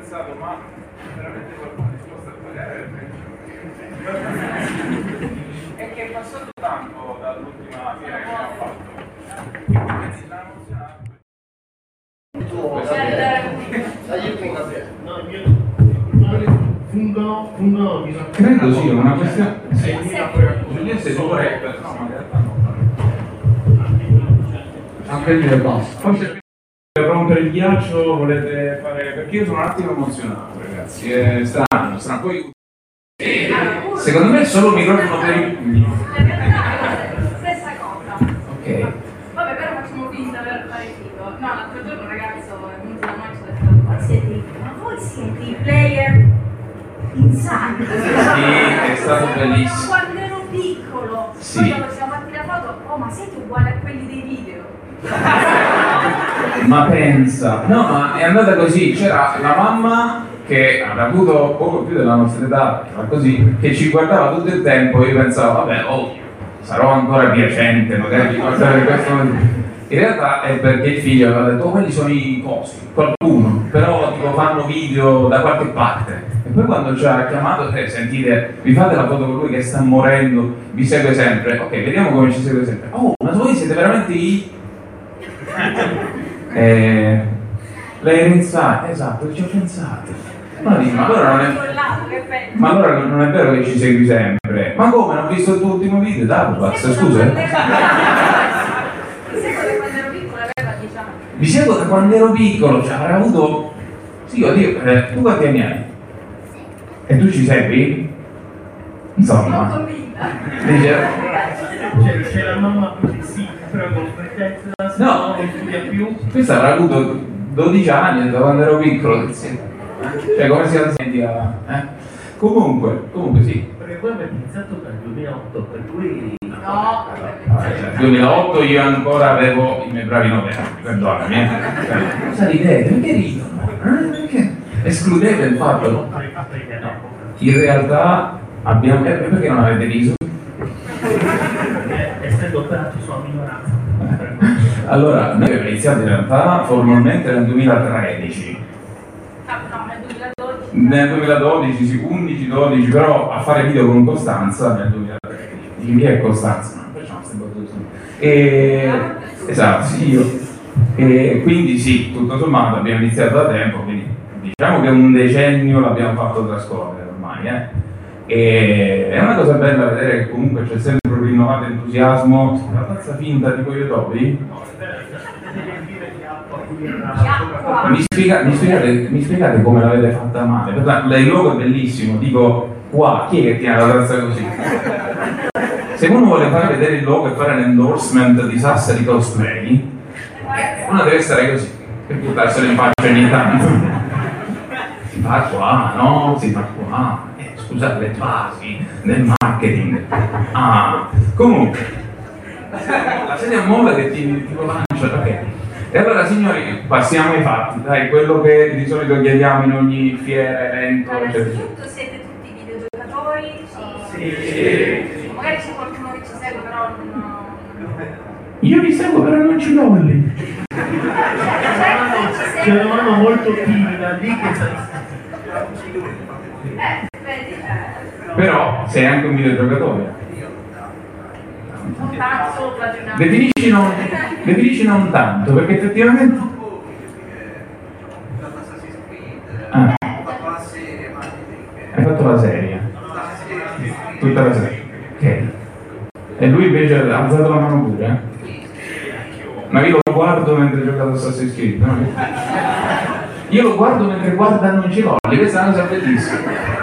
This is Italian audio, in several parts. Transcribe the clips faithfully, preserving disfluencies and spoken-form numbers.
pensato, ma veramente qualcuno è disposto a pagare? E che è passato tanto dall'ultima fiera che abbiamo fatto. Quindi l'hanno emozionato. No, io fungono, fungono bisogna. Credo sia una questione. Sì, Giuliette tu vorrei, no, ma in realtà no. Anche lì è basso. Poi se per rompere il ghiaccio volete fare. Perché io sono un attimo emozionato, ragazzi. È strano, strano. Poi secondo me è solo un microfono per i pugni. Stessa cosa. Ok. Vabbè, però facciamo finta per fare figo. No, l'altro giorno un ragazzo è venuto da noi e ci ha detto: ma siete, ma voi siete i player insani. Sì, è stato bellissimo. Quando ero piccolo, Sì. poi quando ci siamo fatti la foto, oh ma siete uguali a quelli dei video. Ma pensa, no, ma è andata così. C'era la mamma che aveva avuto poco più della nostra età, era così, che ci guardava tutto il tempo e io pensavo, vabbè, oh, sarò ancora piacente, magari di guardare questo. In realtà è perché il figlio aveva detto, oh, quelli sono i cosi, qualcuno, però tipo fanno video da qualche parte. E poi quando ci ha chiamato, eh, sentite, vi fate la foto con lui che sta morendo, vi segue sempre, ok, vediamo come ci segue sempre. Oh, ma voi siete veramente i... eh, lei pensate, esatto, ci ho pensato. Ma, dico, ma allora non è... Ma allora non è vero che ci segui sempre. Ma come? Non ho visto il tuo ultimo video? Davupax, scusa. Vi seguo da quando ero piccolo, cioè avrà avuto... Sì, oddio, eh, tu quanti anni hai? E tu ci segui? Insomma. Dice... C'è, c'è la mamma così, sì, però con frequenza no, non studia più. Questa avrà avuto dodici anni da quando ero piccolo, sì. Cioè come si alza eh? Comunque, comunque sì. Perché voi avete iniziato dal duemilaotto, per cui... No, Nel duemilaotto io ancora avevo i miei bravi nove anni, perdonami. Eh. Cosa ridete? Perché ridono? Eh? Perché? Escludete il fatto. No. In realtà abbiamo. Eh, perché non avete riso? Essendo operato sulla minoranza. Allora, noi abbiamo iniziato in realtà formalmente nel duemilatredici. Ah, no, nel duemiladodici. Nel duemiladodici, sì, undici dodici, però a fare video con Costanza nel duemilatredici. Di chi è Costanza? Non facciamo queste battute. E... Esatto, sì, io. E quindi sì, tutto sommato abbiamo iniziato da tempo, quindi diciamo che un decennio l'abbiamo fatto trascorrere ormai, eh. E è una cosa bella vedere che comunque c'è sempre un rinnovato entusiasmo. La tazza finta tipo io topi? Mi, spiega, mi, spiegate, mi spiegate come l'avete fatta male? Perché il logo è bellissimo, dico qua, chi è che tiene la tazza così? Se uno vuole far vedere il logo e fare l'endorsement di Sassari Cosplay, uno deve stare così, per buttarselo in faccia ogni tanto. Si fa qua, no? Si fa qua. Eh, scusate, le basi del marketing. Ah, comunque, la sedia molla che ti, ti lancia, ok. E allora signori, passiamo ai fatti, dai, quello che di solito chiediamo in ogni fiera, evento, eccetera. Innanzitutto siete tutti videogiocatori? Sì. Sì. Magari c'è qualcuno che ci segue, però non... Io vi seguo, però non ci volli. C'è una mano molto timida lì che sa. Eh, vedi, eh. Però sei anche un videogiocatore. Non tanto, solo plagionare. Definisci non, definisci non tanto, perché effettivamente... Ah. Hai fatto la serie. Tutta la serie. Ok. E lui invece ha alzato la mano pure, eh? Ma io lo guardo mentre giocate a Assassin's Creed, no? Io lo guardo mentre guardano i Civolli, questa è una cosa bellissima.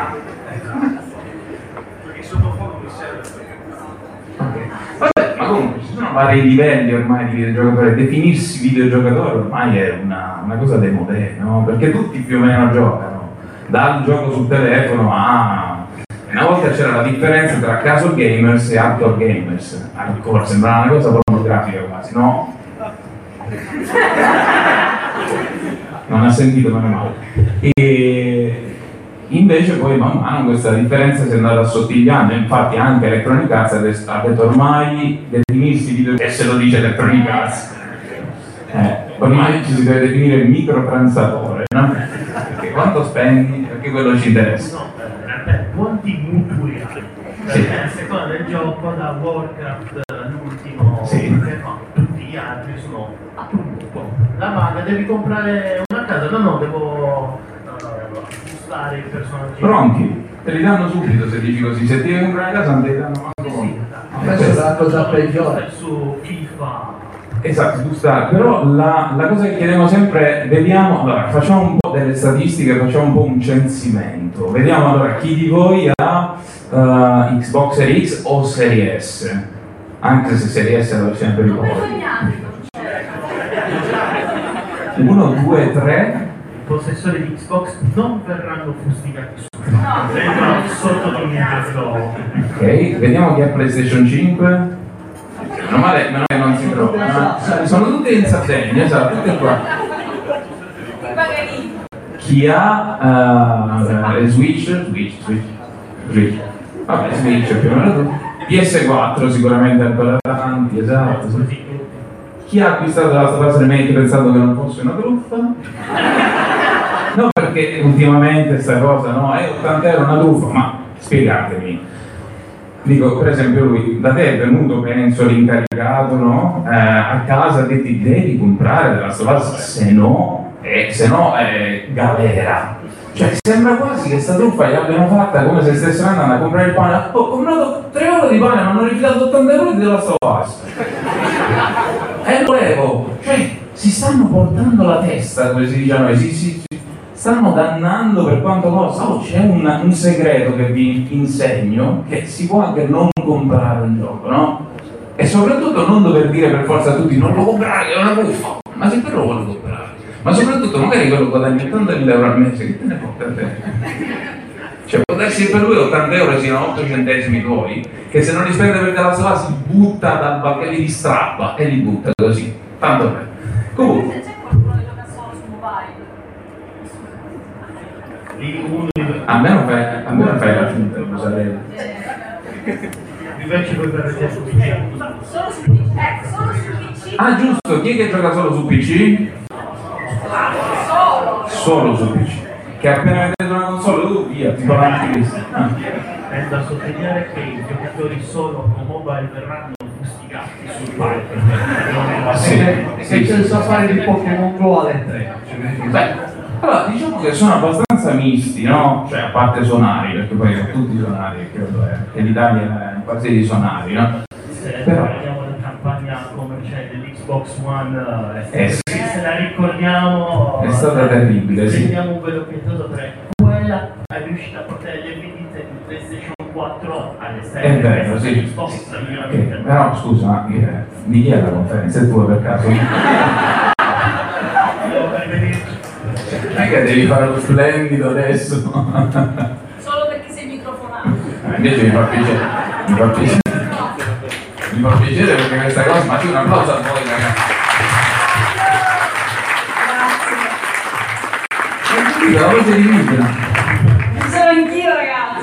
Okay. Vabbè, ma comunque ci sono vari livelli ormai di videogiocatore, definirsi videogiocatore ormai è una, una cosa démodé, no? Perché tutti più o meno giocano, dal gioco sul telefono a... Una volta c'era la differenza tra casual gamers e hardcore gamers. Hardcore sembrava una cosa pornografica quasi, no? Non ha sentito meno male. E invece poi man mano questa differenza si è andata assottigliando, infatti anche Electronic Arts ha detto ormai definirsi video, e se lo dice Electronic Arts, eh, ormai ci si deve definire microtransatore, no? Perché quanto spendi? Perché quello ci interessa. No, in realtà quanti mutui hai? Sì. Perché a seconda del gioco, da Warcraft, l'ultimo Sì. che fa, tutti gli altri sono a un mutuo. La maga, devi comprare una casa, no no, devo uh, acquistare il personaggio. Pronti? Te li danno subito se dici così. Se ti devi comprare una casa non te li danno manco Sì, conto. Questa è la cosa peggiore. Su FIFA. Esatto, giusta. Però la, la cosa che chiediamo sempre è, vediamo, allora, facciamo un po' delle statistiche, facciamo un po' un censimento. Vediamo allora chi di voi ha uh, Xbox Series X o Series S, anche se Series S è la versione per i Non poveri. vergognati. Uno, due, tre. I possessori di Xbox non verranno fustigati su. No. Vengono sotto di un gesto. Ok, vediamo chi ha PlayStation cinque. Meno male, meno male non si trova. Sono tutti in Sardegna, esatto, tutti qua. I pagarini. Chi ha uh, Switch, Switch, Switch, Switch. Vabbè, Switch più o meno tu. P S quattro sicuramente ancora tanti, esatto. Sì. Chi ha acquistato la Last of Us Remake pensando che non fosse una truffa? No, perché ultimamente sta cosa, no? È ottanta euro una truffa, ma spiegatemi. Dico, per esempio lui, da te è venuto, penso, l'incaricato, no? Eh, a casa che ti devi comprare della Last of Us, se no, eh, se no è galera. Cioè, sembra quasi che sta truffa l'abbiano fatta come se stessero andando a comprare il pane. Oh, ho comprato tre euro di pane, ma hanno rifilato ottanta euro di Last of Us. E volevo, cioè, si stanno portando la testa, come si dice a noi, si, si, si stanno dannando per quanto costa. Oh, c'è un, un segreto che vi insegno, che si può anche non comprare il gioco, no? E soprattutto non dover dire per forza a tutti non lo comprare, è una truffa. Ma se te lo vuole comprare. Ma soprattutto magari quello guadagna ottantamila euro al mese, che te ne porta a te? Cioè, può darsi che per lui ottanta euro siano otto centesimi tuoi, che se non li spende per la sua si butta dal balcone, li strappa e li butta così. Tanto bene. Comunque. Se c'è qualcuno che gioca solo su mobile. Lì uno di A me non fai, a me non fai la finta di usare. invece puoi per te su P C. Solo su P C. Ecco, solo su P C. Ah, giusto, chi è che gioca solo su P C? Solo. Solo su P C. Che appena vedete una console, tu via, ti fa l'antivista. Ah. È da sottolineare che i giocatori solo con mobile verranno fustigati sul palco. Non è Sì, E sì, c'è sì. il safari di Pokémon Go alle tre. Beh, allora diciamo che sono abbastanza misti, no? Cioè a parte sonari, perché poi sono tutti sonari, credo è, che l'Italia è un paese di sonari, no? Se Però- guardiamo la campagna commerciale dell'Xbox One, eh, Eh sì. se la ricordiamo, È stata terribile, sì. prendiamo un velo pietoso per quella è riuscita a portare le vendite di PlayStation quattro alle sei. È vero, sì. Xbox, Ok, però scusa, ma eh, di chi è la conferenza? È tua per caso? Non è che devi fare lo splendido adesso. Solo perché sei microfonato. Invece mi fa piacere, mi fa piacere, mi fa piacere perché questa cosa, ma sì, un applauso a voi ragazzi. Grazie. La voce di Mitra. Ci sono anch'io, ragazzi.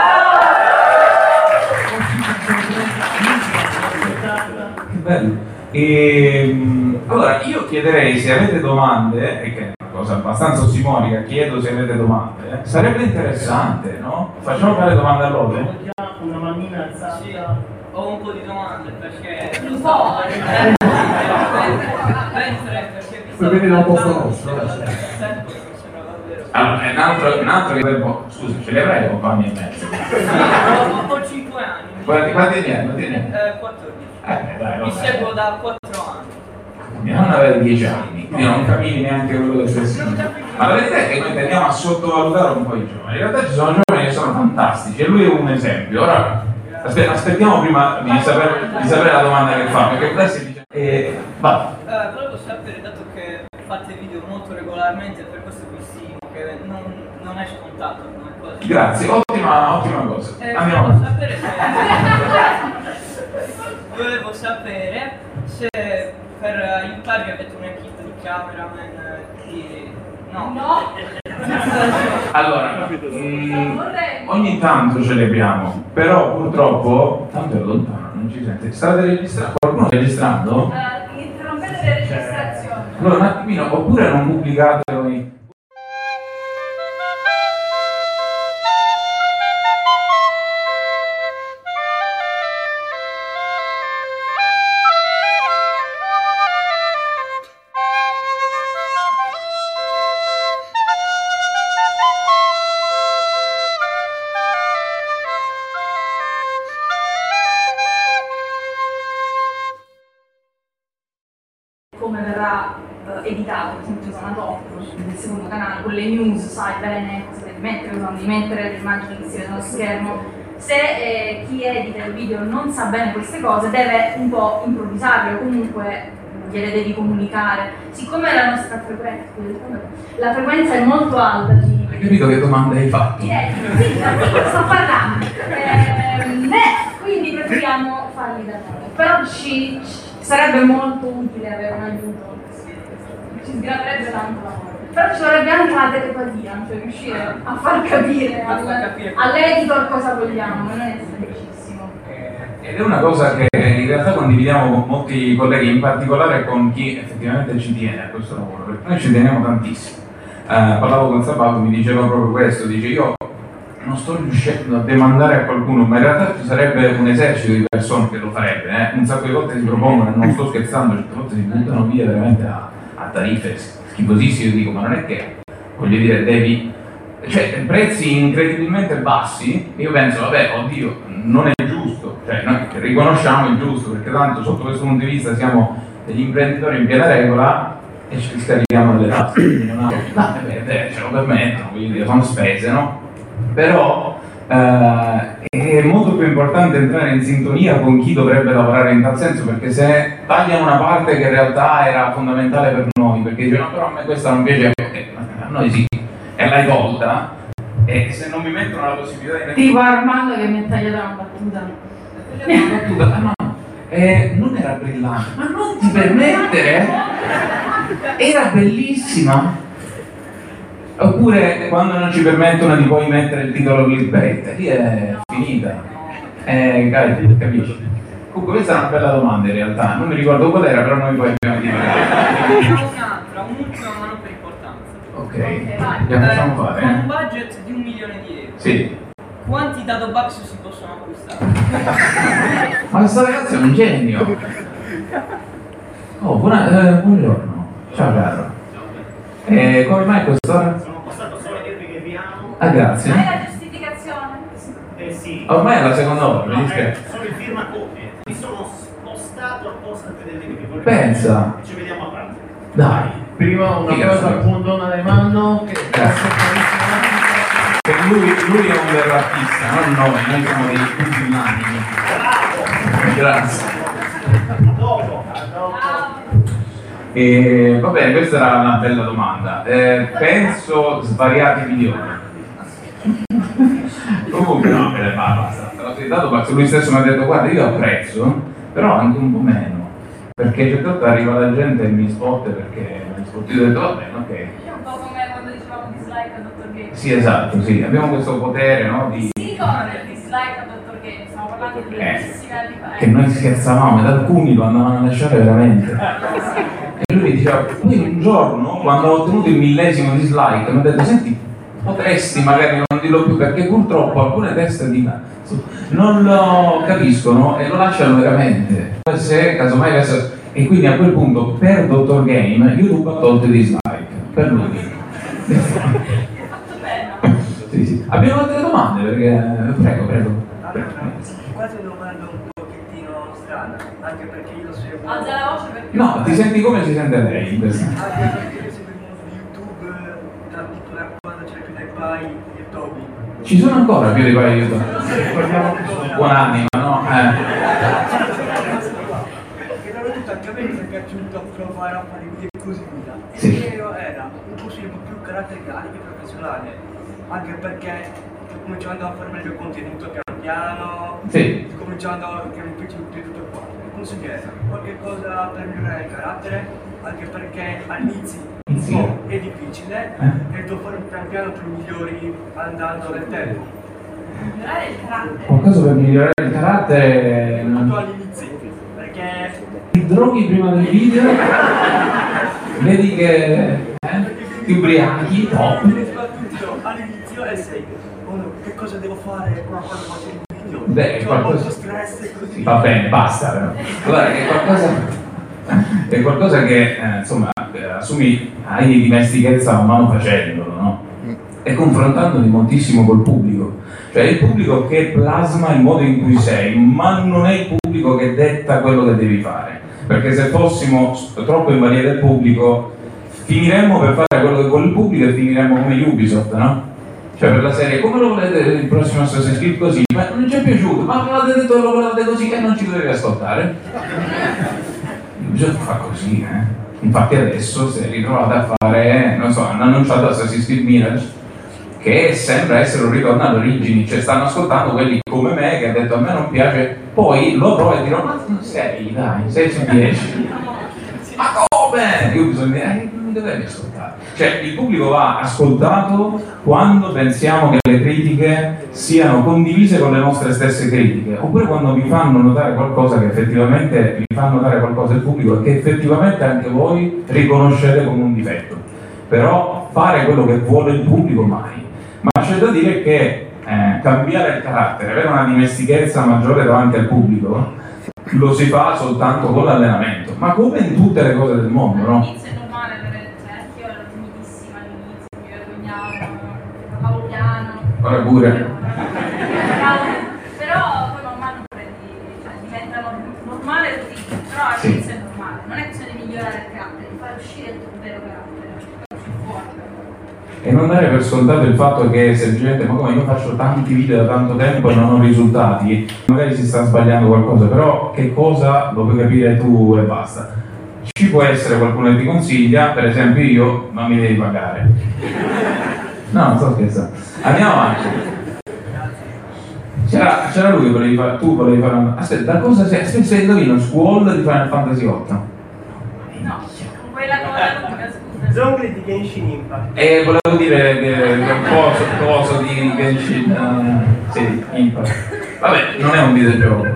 Che bello. E, allora, io chiederei se avete domande, e che è una cosa abbastanza ossimorica, chiedo se avete domande, eh, sarebbe interessante, no? Facciamo fare domande a loro? Una manina alzata. Sì, ho un po' di domande perché Un po'. mentre perché mi Poi vedi la posta nostra. sempre c'era davvero. Allora, un altro, un altro che devo... Scusa, ce li avrai compagni e mezzo? Ho, ho cinque anni. Quanti, quanti ne hai? Quanti ne hai? Eh, quattordici. Eh, dai, Mi vabbè. seguo da quattro anni. Mia nonna aveva dieci anni, quindi non capivi neanche quello che stessi. Ma la verità è che noi tendiamo a sottovalutare un po' i giovani. In realtà ci sono giovani che sono fantastici e lui è un esempio. Ora aspe- aspettiamo prima di sapere, di sapere la domanda che fa, perché adesso dice. Eh, va. Eh, volevo sapere, dato che fate video molto regolarmente, per questo vi stimo, che non, non è scontato come cosa. Grazie, ottima, ottima cosa. Eh, Andiamo volevo avanti. sapere se volevo sapere se per aiutarvi avete un'equipe di cameraman eh, di no, No. Allora, mm, Vorrei. ogni tanto ce le abbiamo, però purtroppo tanto è lontano, non ci sente. State registrando? Qualcuno sta registrando? Eh, interrompete le registrazioni. Allora un attimino, oppure non pubblicate i... come verrà eh, editato, per esempio sono una top del secondo canale, con le news, sai bene cosa devi mettere, cosa non devi mettere, le immagini che si vedono allo schermo. Se eh, chi edita il video non sa bene queste cose deve un po' improvvisarle o comunque gliele devi comunicare. Siccome la nostra frequenza, la frequenza è molto alta di... Hai capito che domande hai fatto? Eh, sì, sì, sto parlando. Eh, eh, quindi preferiamo farli da noi. Però ci, ci sarebbe molto utile avere un aiuto, ci sgraverebbe tanto lavoro. Però ci vorrebbe anche la telepatia, cioè riuscire a far capire al, all'editor cosa vogliamo, non è semplicissimo. Ed è una cosa che in realtà condividiamo con molti colleghi, in particolare con chi effettivamente ci tiene a questo lavoro, perché noi ci teniamo tantissimo. Uh, parlavo con Sabato, mi diceva proprio questo, dice io non sto riuscendo a demandare a qualcuno, ma in realtà ci sarebbe un esercito di persone che lo farebbe, eh? Un sacco di volte si propongono, e non sto scherzando, certe volte si buttano via veramente a, a tariffe schifosissime, io dico ma non è che, voglio dire, devi, cioè prezzi incredibilmente bassi, io penso vabbè, oddio, non è giusto, cioè noi riconosciamo il giusto, perché tanto sotto questo punto di vista siamo degli imprenditori in piena regola e ci scarichiamo delle tasse, no, beh, ce lo permettono, voglio dire, sono spese, no? Però eh, è molto più importante entrare in sintonia con chi dovrebbe lavorare in tal senso, perché se tagliano una parte che in realtà era fondamentale per noi, perché dicono no, però a me questa non piaceva, eh, a noi sì, e l'hai tolta, e se non mi mettono la possibilità di... Tipo Armando che mi ha tagliato una battuta. Una battuta, ah, no, eh, non era brillante, ma non ti permettere, era bellissima. Oppure quando non ci permettono di poi mettere il titolo clickbait, lì è finita. Eh, capisci? Comunque questa è una bella domanda in realtà, non mi ricordo qual era, però noi poi abbiamo divagato. Un'altra, un'ultima ma non per importanza. Ok, la facciamo fare. Con un Eh? budget di un milione di euro. Sì. Quanti dato bucks si possono acquistare? Ma questo ragazzo è un genio. Oh, buona, eh, buongiorno. Ciao caro. E come mai quest'ora? Sono passato solo a dirvi che vi amo. Ah, grazie. Hai la giustificazione? Eh sì. Ormai è la seconda ora, mi No, dispiace. eh, sono in firma copie. Mi sono spostato apposta per vedere che vi volevo. Pensa. Ci vediamo a pranzo. Dai. Prima una Figa, cosa sì. appunto una mano che Grazie. Per lui, lui è un vero artista, non noi, noi siamo dei pusillanimi. Grazie. A dopo. A dopo. E, va bene, questa era una bella domanda. Eh, penso svariati milioni. Comunque no, beh, basta. Dato perché lui stesso mi ha detto guarda io apprezzo, però anche un po' meno. Perché certe volte arriva la gente e mi spotta perché mi spotta io ho detto va bene, ok. È un po' come quando dicevamo dislike a dottor Gates. Sì, esatto, sì, abbiamo questo potere, no? Di... Si ricorda il dislike a dottor Gates? Stiamo parlando di Eh, tantissimi anni fa. che noi scherzavamo, ed alcuni lo andavano a lasciare veramente. E lui mi diceva, poi un giorno, quando ho ottenuto il millesimo dislike, mi ha detto, senti, potresti magari non dirlo più, perché purtroppo alcune teste di non lo capiscono e lo lasciano veramente. Se casomai avesse... E quindi a quel punto, per dottor Game, YouTube ha tolto i dislike, per lui. Fatto bene. Sì, sì. Abbiamo altre domande, perché... Prego, prego. Allora, quasi una domanda un pochettino strana, anche perché io seguo... Alza la voce perché... No, ti senti come si sente lei in questo? Anche perché io seguo il mondo di YouTube, da tipo da quando c'era più PewDiePie e Toby. Ci sono ancora più di paio di YouTube? ricordiamo che sono Buon anima, no? Eh. Che tra l'altro anche a me mi è piaciuto provare a fare video e così via. Il Sì. video era un po' più caratteriale che professionale, anche perché sto cominciando a fare il mio contenuto piano piano, Sì. sto cominciando a che mi piace tutto qua. Consigliere qualche cosa per migliorare il carattere, anche perché all'inizio un Sì. po' è difficile Eh. e devo fare un piano piano più migliori andando nel tempo. Migliorare il carattere. Qualcosa per migliorare il carattere. Soprattutto all'inizio, perché Ti droghi prima del video, vedi che eh, ti ubriachi, top. soprattutto all'inizio è sei, oh no, che cosa devo fare quando faccio il video? Beh, C'ho qualcosa- molto stress e così. Va bene, basta. Però. Guarda, è qualcosa, è qualcosa che eh, insomma eh, assumi, hai dimestichezza man mano facendolo, no? E confrontandoti moltissimo col pubblico. Cioè il pubblico che plasma il modo in cui sei, ma non è il pubblico che detta quello che devi fare. perché se fossimo troppo in balia del pubblico finiremmo per fare quello che vuole il pubblico e finiremmo come Ubisoft, no? Cioè per la serie, come lo volete il prossimo Assassin's Creed così? Ma non ci è piaciuto, ma avevate detto che lo volevate così e non ci dovevi ascoltare? Ubisoft fa così, eh? Infatti adesso si è ritrovata a fare, non so, hanno annunciato Assassin's Creed Mirage, che sembra essere un ritorno alle origini, cioè stanno ascoltando quelli come me che ha detto a me non piace, poi lo provo e dirò ma non sei, dai, sei su dieci. Ma come? Io bisogna dire, eh, non mi dovevi ascoltare. Cioè il pubblico va ascoltato quando pensiamo che le critiche siano condivise con le nostre stesse critiche, oppure quando vi fanno notare qualcosa che effettivamente vi fa notare qualcosa il pubblico e che effettivamente anche voi riconoscete come un difetto. Però fare quello che vuole il pubblico mai. Ma c'è da dire che eh, cambiare il carattere, avere una dimestichezza maggiore davanti al pubblico, lo si fa soltanto con l'allenamento, ma come in tutte le cose del mondo, no? All'inizio è normale avere, cioè io ero timidissima all'inizio, mi vergognavo, parlavo piano. Ora pure. Però poi man mano prendi, cioè diventa normale così, però all'inizio è normale, non è questione di migliorare il carattere, di far uscire il tuo vero carattere, uscire fuori. E non dare per scontato il fatto che semplicemente, ma come io faccio tanti video da tanto tempo e non ho risultati, magari si sta sbagliando qualcosa, però che cosa lo puoi capire tu e basta. Ci può essere qualcuno che ti consiglia, per esempio io, non mi devi pagare. No, non sto scherzando. Andiamo avanti. C'era, c'era lui che volevi fare, tu volevi fare una... Aspetta, da cosa sei? Aspetta, sei indovino, Squall di Final Fantasy otto? No, con quella cosa lunga, scusa. Zongli di Genshin Impact. E volevo dire che un coso, coso di Genshin, uh, sì, Impact. Vabbè, non è un videogioco.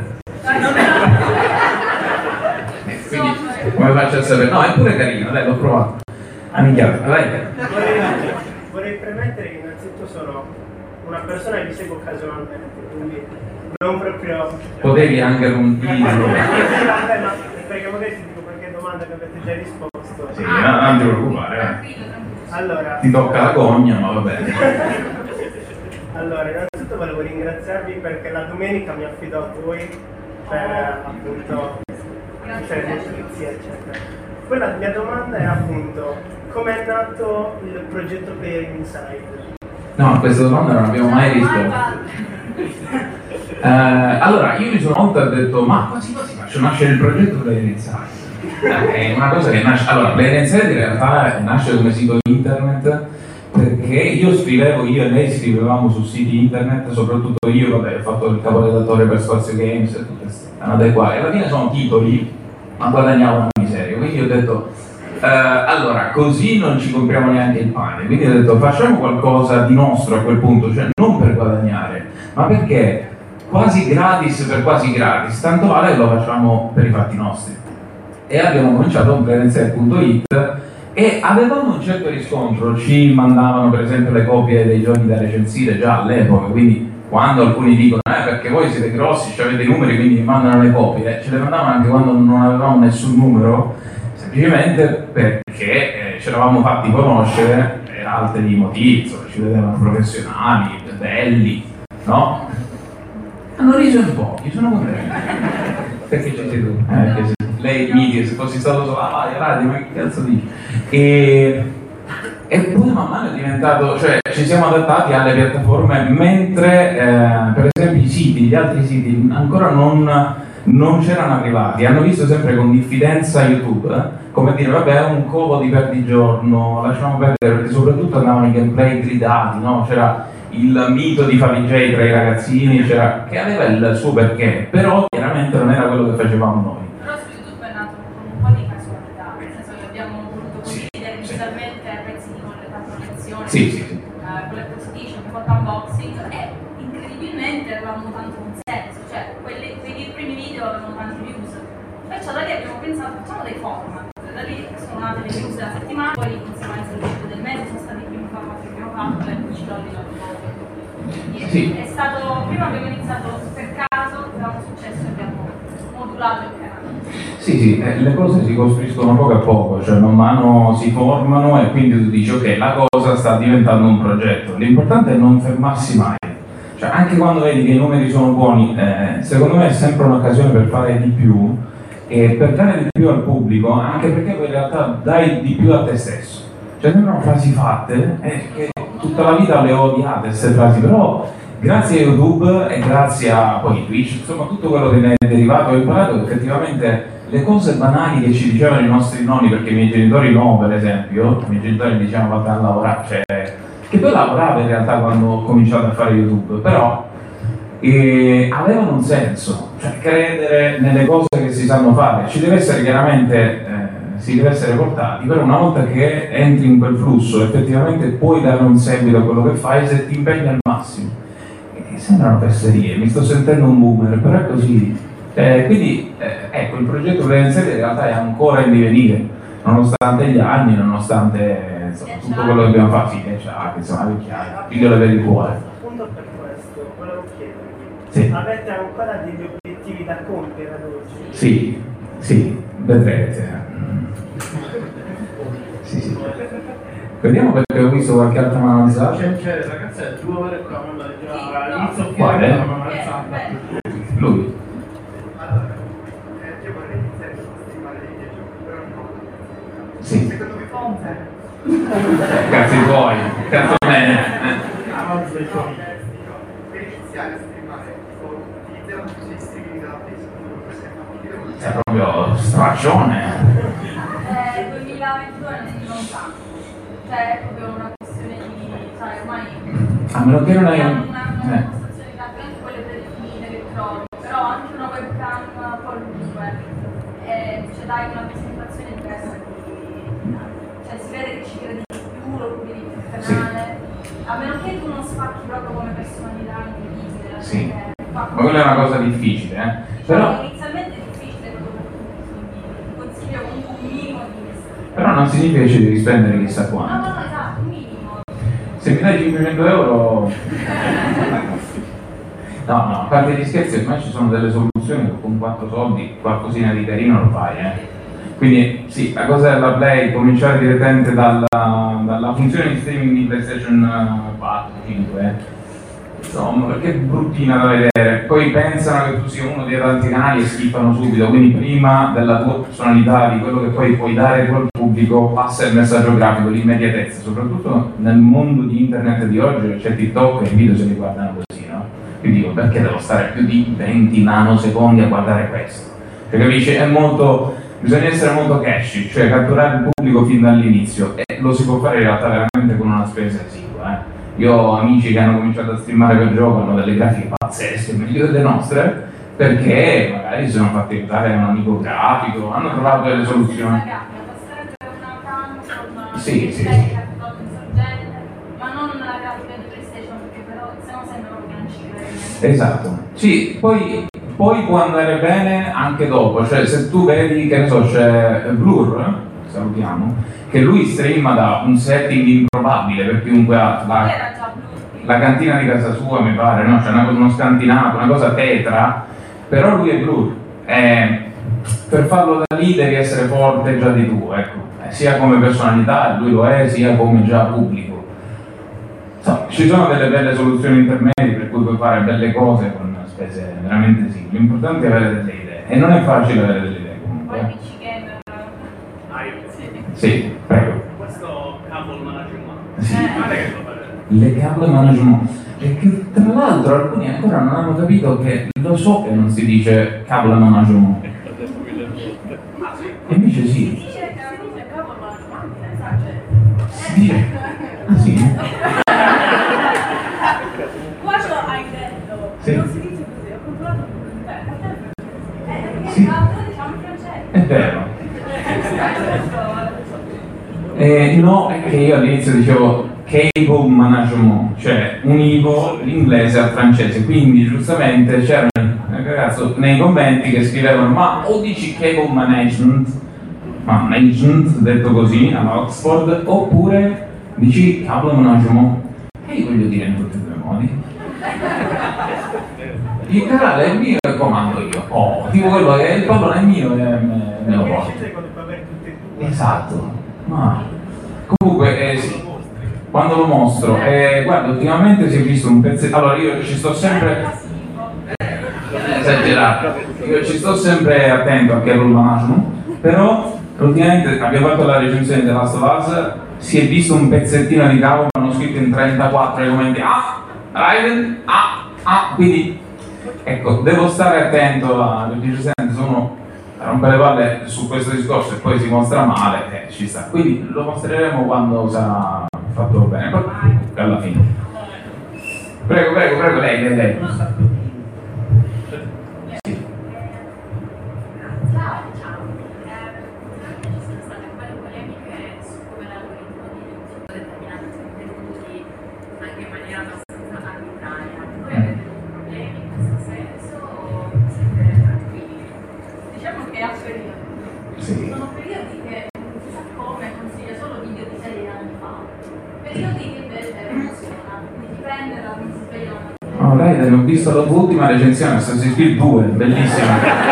Quindi, come faccio a sapere? No, è pure carino, dai, l'ho provato. Amichiato, vai. Vorrei, vorrei premettere che innanzitutto sono una persona che vi seguo occasionalmente, quindi non proprio... Potevi anche non dirlo. Sì, vabbè, ma perché magari ti dico qualche domanda che avete già risposto. Sì, non, non ti preoccupare, eh. Tranquillo, tranquillo. Allora, Ti tocca la gogna, ma va bene. allora, innanzitutto volevo ringraziarvi perché la domenica mi affido a voi per appunto cioè, notizie, eccetera. Poi la mia domanda è appunto come è nato il progetto Player Inside? No, a questa domanda non abbiamo mai risposto. Eh, allora, io mi sono molto detto, ma quasi quasi faccio nascere il progetto Player Inside. È una cosa che nasce. Allora, Player Inside in realtà nasce come sito internet perché io scrivevo, io e lei scrivevamo su siti internet, soprattutto io, vabbè, ho fatto il caporedattore per Spazio Games e tutte queste andate qua. E alla fine sono titoli, ma guadagnavo una miseria. Quindi ho detto, eh, allora, così non ci compriamo neanche il pane. Quindi ho detto, facciamo qualcosa di nostro a quel punto, cioè non per guadagnare, ma perché quasi gratis per quasi gratis, tanto vale che lo facciamo per i fatti nostri. E abbiamo cominciato con player inside punto it e avevamo un certo riscontro, ci mandavano per esempio le copie dei giochi da recensire già all'epoca, quindi quando alcuni dicono eh perché voi siete grossi, cioè avete i numeri quindi vi mandano le copie, eh, ce le mandavano anche quando non avevamo nessun numero, semplicemente perché eh, ci eravamo fatti conoscere per altri motivi, insomma, ci vedevano professionali, belli, no? Hanno riso un po', io sono contento. Perché ci sei tu? Eh, che sì. Lei mi se fossi stato solo ah vai radio, ma che cazzo dici? E, e poi man mano è diventato, cioè ci siamo adattati alle piattaforme mentre eh, per esempio i siti, gli altri siti ancora non, non c'erano arrivati, hanno visto sempre con diffidenza YouTube, eh? Come dire vabbè è un covo di perdigiorno, lasciamo perdere, perché soprattutto andavano i gameplay gridati, no? C'era il mito di Favij tra i ragazzini, c'era, che aveva il suo perché, però chiaramente non era quello che facevamo noi. Però su YouTube è nato con un po' di casualità, nel senso che abbiamo voluto condividere Sì, inizialmente pezzi di con le quattro lezioni, Sì, sì, sì. eh, con le position, con unboxing e incredibilmente avevamo tanto consenso, cioè quelli, quelli primi video avevano tanti views. Perciò da lì abbiamo pensato facciamo dei format, da lì sono nate le views della settimana, poi di conseguenza il video del mese sono stati i primi format che abbiamo fatto e poi ci l'ho risolto. Sì. È stato, prima abbiamo iniziato per caso, avevamo successo e abbiamo modulato il canale. Sì, sì, eh, le cose si costruiscono poco a poco, cioè man mano si formano e quindi tu dici ok, la cosa sta diventando un progetto. L'importante è non fermarsi mai. Cioè anche quando vedi che i numeri sono buoni, eh, secondo me è sempre un'occasione per fare di più e per dare di più al pubblico, anche perché poi in realtà dai di più a te stesso. Cioè sembrano frasi fatte, eh, che tutta la vita le ho odiate queste frasi, però grazie a YouTube e grazie a poi Twitch, insomma tutto quello che ne è derivato, ho imparato che effettivamente le cose banali che ci dicevano i nostri nonni, perché i miei genitori no, per esempio, i miei genitori mi dicevano vattene a lavorare, cioè, che poi lavoravo in realtà quando ho cominciato a fare YouTube, però eh, avevano un senso, cioè credere nelle cose che si sanno fare, ci deve essere chiaramente, eh, si deve essere portati, però una volta che entri in quel flusso effettivamente puoi dare un seguito a quello che fai se ti impegni al massimo. E sembrano fesserie, mi sto sentendo un boomer, però è così. Eh, quindi eh, ecco, il progetto Prevenziale in realtà è ancora in divenire, nonostante gli anni, nonostante insomma, tutto quello che abbiamo fatto, sì, che c'ha, che insomma, è chiaro, figlio le vedi cuore. Appunto per questo, volevo chiedervi, Sì. avete ancora degli obiettivi da compiere ad oggi? Sì, sì, vedrete. Sì, sì. Vediamo perché ho visto qualche altra mano alzata. C'è, c'è ragazzetto, tu guarda qua, guarda già, all'inizio Quale? fuori la mano alzata. Lui. Allora, eh, io vorrei iniziare a streamare dei videogiochi, però no. Sì. Secondo me Fonte. Cazzi tuoi, cazzo bene. Avanti dei tuoi. Per iniziare a streamare, utilizzare un di streaming della Facebook, per esempio, Sei proprio straccione. Eh, duemilaventidue non tanto, cioè è proprio una questione di, sai, ormai A meno che non hai abbiamo un... una, una Eh. impostazione graficamente quelle predefinite che trovi, però anche una webcam qualunque, eh, cioè dai una presentazione diversa di, cioè si vede che ci credi di più, lo pubblichi più il canale, a meno che tu non spacchi proprio come personalità incredibile. Sì. perché fa Ma quella è una cosa difficile, eh? Diciamo, Però, inizialmente è difficile proprio per tutti, quindi ti consiglio comunque un minimo di investire. però non significa che ci devi spendere chissà No, quanto. no, no, esatto, un minimo. Se mi dai cinquecento euro... No, no, a parte gli scherzi, ormai ci sono delle soluzioni che con quattro soldi qualcosina di carino lo fai, eh. Quindi sì, la cosa della Play, cominciare direttamente dalla, dalla funzione di streaming di PlayStation quattro, cinque, eh. Insomma, perché è bruttina da vedere. Poi pensano che tu sia uno dei tanti canali e schifano subito, quindi prima della tua personalità, di quello che poi puoi dare tu al pubblico, passa il messaggio grafico, l'immediatezza, soprattutto nel mondo di internet di oggi, c'è TikTok e i video se li guardano così, no? Quindi dico, perché devo stare più di venti nanosecondi a guardare questo? Cioè, capisci? È molto... bisogna essere molto cashy, cioè catturare il pubblico fin dall'inizio, e lo si può fare in realtà veramente con una spesa esigua, eh. Io ho amici che hanno cominciato a streamare per gioco, hanno delle grafiche pazzesche, meglio delle nostre, perché magari si sono fatti aiutare da un amico grafico, hanno trovato delle soluzioni. Sì, sì. Ma non la grafica di PlayStation, perché però se no sembra proprio che non ci credi. Esatto. Sì, poi, poi può andare bene anche dopo, cioè se tu vedi, che ne so, c'è Blur, salutiamo, che lui streama da un setting improbabile per chiunque ha la, la cantina di casa sua, mi pare, no? C'è una, uno scantinato, una cosa tetra, però lui è Blur. Eh, per farlo da lì devi essere forte già di tu, ecco, eh, sia come personalità, lui lo è, sia come già pubblico. So, ci sono delle belle soluzioni intermedie per cui puoi fare belle cose con spese veramente sì. L'importante è avere delle idee, e non è facile avere delle idee comunque. Poi P C Gamer. Ah, io sì. Sì, prego. Questo cable management. Sì. Guarda che lo fare. Le cable management. E che tra l'altro alcuni ancora non hanno capito che lo so che non si dice cable management. E invece sì. Si dice che si dice cavolo management, sai, Si dice. Ah sì? Quando hai detto, Sì. non si dice così, ho controllato con te. Eh, Sì. lo diciamo in francese. È vero. Eh, no, è che io all'inizio dicevo cable management, cioè univo l'inglese al francese, quindi giustamente c'erano eh, ragazzo, nei commenti che scrivevano ma o dici cable management, management detto così alla Oxford, oppure dici cable management, e io voglio dire in tutti e due i modi. Il canale è mio e comando io, oh, tipo quello che il pallone è mio e me, me lo porto. quando puoi avere tutte e due. Esatto, ma comunque eh, sì, quando lo mostro, eh, guarda, ultimamente si è visto un pezzetto, allora io ci sto sempre, esagerato. Io ci sto sempre attento a che romanasmo, però ultimamente abbiamo fatto la recensione della Last of Us, si è visto un pezzettino di cavo, hanno scritto in trentaquattro i commenti, ah, Raiden, ah, ah, quindi ecco, devo stare attento a tutti i recenti, sono a rompere le palle su questo discorso e poi si mostra male, eh, ci sta, quindi lo mostreremo quando sarà fatto bene, poi alla fine. Prego, prego, prego, lei, lei, lei. No, lei l'ho visto dopo l'ultima recensione, Assassin's Creed due, bellissima.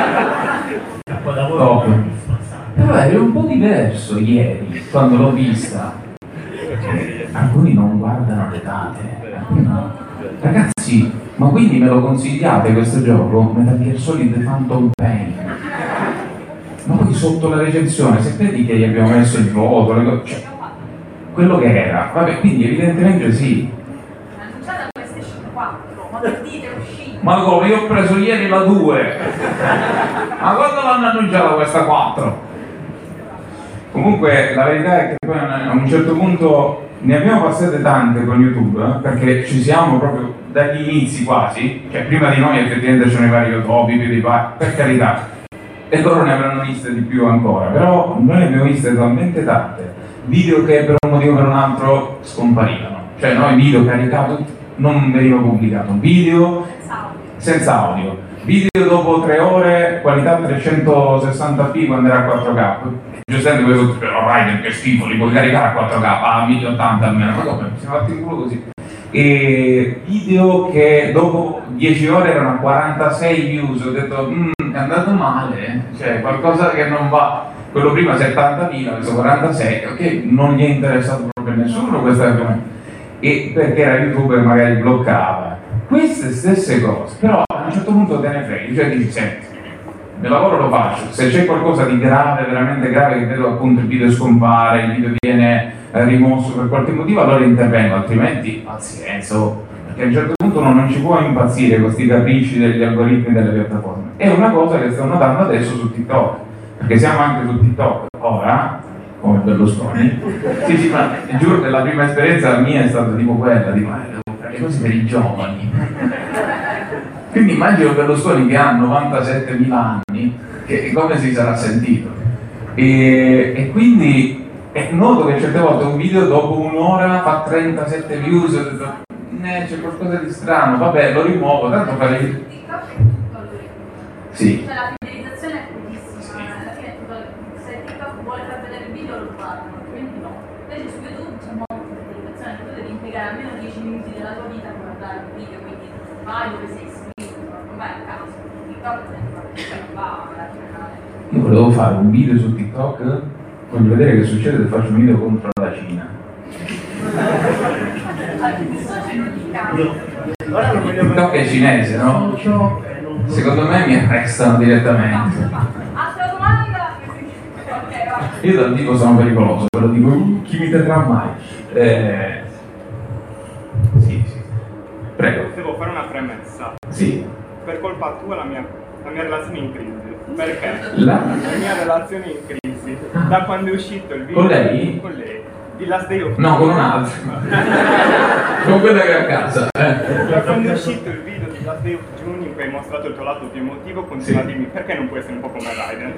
Top. Però eri un po' diverso ieri, quando l'ho vista. Alcuni non guardano le date. No. Ragazzi, ma quindi me lo consigliate questo gioco? Metal Gear Solid Phantom Pain. Ma poi sotto la recensione, se credi che gli abbiamo messo il voto, le cose, cioè, quello che era, vabbè, quindi evidentemente sì. Ma come? Io ho preso ieri la due. Ma quando l'hanno annunciata questa quattro? Comunque la verità è che poi a un certo punto ne abbiamo passate tante con YouTube, eh, perché ci siamo proprio dagli inizi quasi, cioè prima di noi effettivamente c'erano i vari Yotopi, PewDiePie, per carità, e loro ne avranno viste di più ancora, però noi ne abbiamo viste talmente tante, video che per un motivo o per un altro scomparivano, cioè noi video caricati non veniva pubblicato, video senza audio, video dopo tre ore, qualità trecentosessanta p quando era a quattro K. Giustamente questo, però Raiden che schifo, li puoi caricare a quattro K, a mille ottanta almeno, ma come, si è fatto in culo così. E video che dopo dieci ore erano a quarantasei views, ho detto, mmm, è andato male, cioè qualcosa che non va. Quello prima settantamila, adesso quarantasei, ok, non gli è interessato proprio a nessuno questa cosa. E perché era YouTube e magari bloccava. Queste stesse cose, però a un certo punto te ne freghi, cioè dici, senti, il lavoro lo faccio, se c'è qualcosa di grave, veramente grave, che vedo appunto il video scompare, il video viene eh, rimosso per qualche motivo, allora intervengo, altrimenti pazienza, perché a un certo punto non, non ci può impazzire con questi capricci degli algoritmi delle piattaforme. È una cosa che sto notando adesso su TikTok, perché siamo anche su TikTok ora, come Berlusconi. Sì, sì, ma giuro che la prima esperienza mia è stata tipo quella, di ma devo fare le cose per i giovani. Quindi immagino Berlusconi che ha novantasettemila anni, che come si sarà sentito. E, e quindi e noto che certe volte un video dopo un'ora fa trentasette views, ho detto, eh, c'è qualcosa di strano, vabbè, lo rimuovo, tanto fare... TikTok è tutto algoritmo. Sì. Cioè la fidelizzazione è pochissima, alla fine tutto, se TikTok vuole far vedere il video lo fanno, altrimenti no. Invece su YouTube c'è molta fidelizzazione, tu devi impiegare almeno dieci minuti della tua vita per guardare il video, quindi vai dove sei iscritto, non vai a caso. TikTok non va alla finale. Io volevo fare un video su TikTok, voglio vedere che succede se faccio un video contro la Cina. TikTok è cinese, no? Secondo me mi arrestano direttamente. Altra domanda? Ok, va. Io dal vivo sono pericoloso, ve lo dico, uh, chi mi terrà mai? Eh... Sì, sì. Prego. Devo fare una premessa. Sì. Per colpa tua la mia, la mia relazione è in crisi. Perché? La? La mia relazione è in crisi. Da quando è uscito il video... Con lei? Con lei. Di Last Day of... No, con un'altra. Con quella che è a casa. Eh. Da quando è uscito il video di Last Day of June in cui hai mostrato il tuo lato più emotivo, continua Sì. a dirmi perché non puoi essere un po' come Raiden?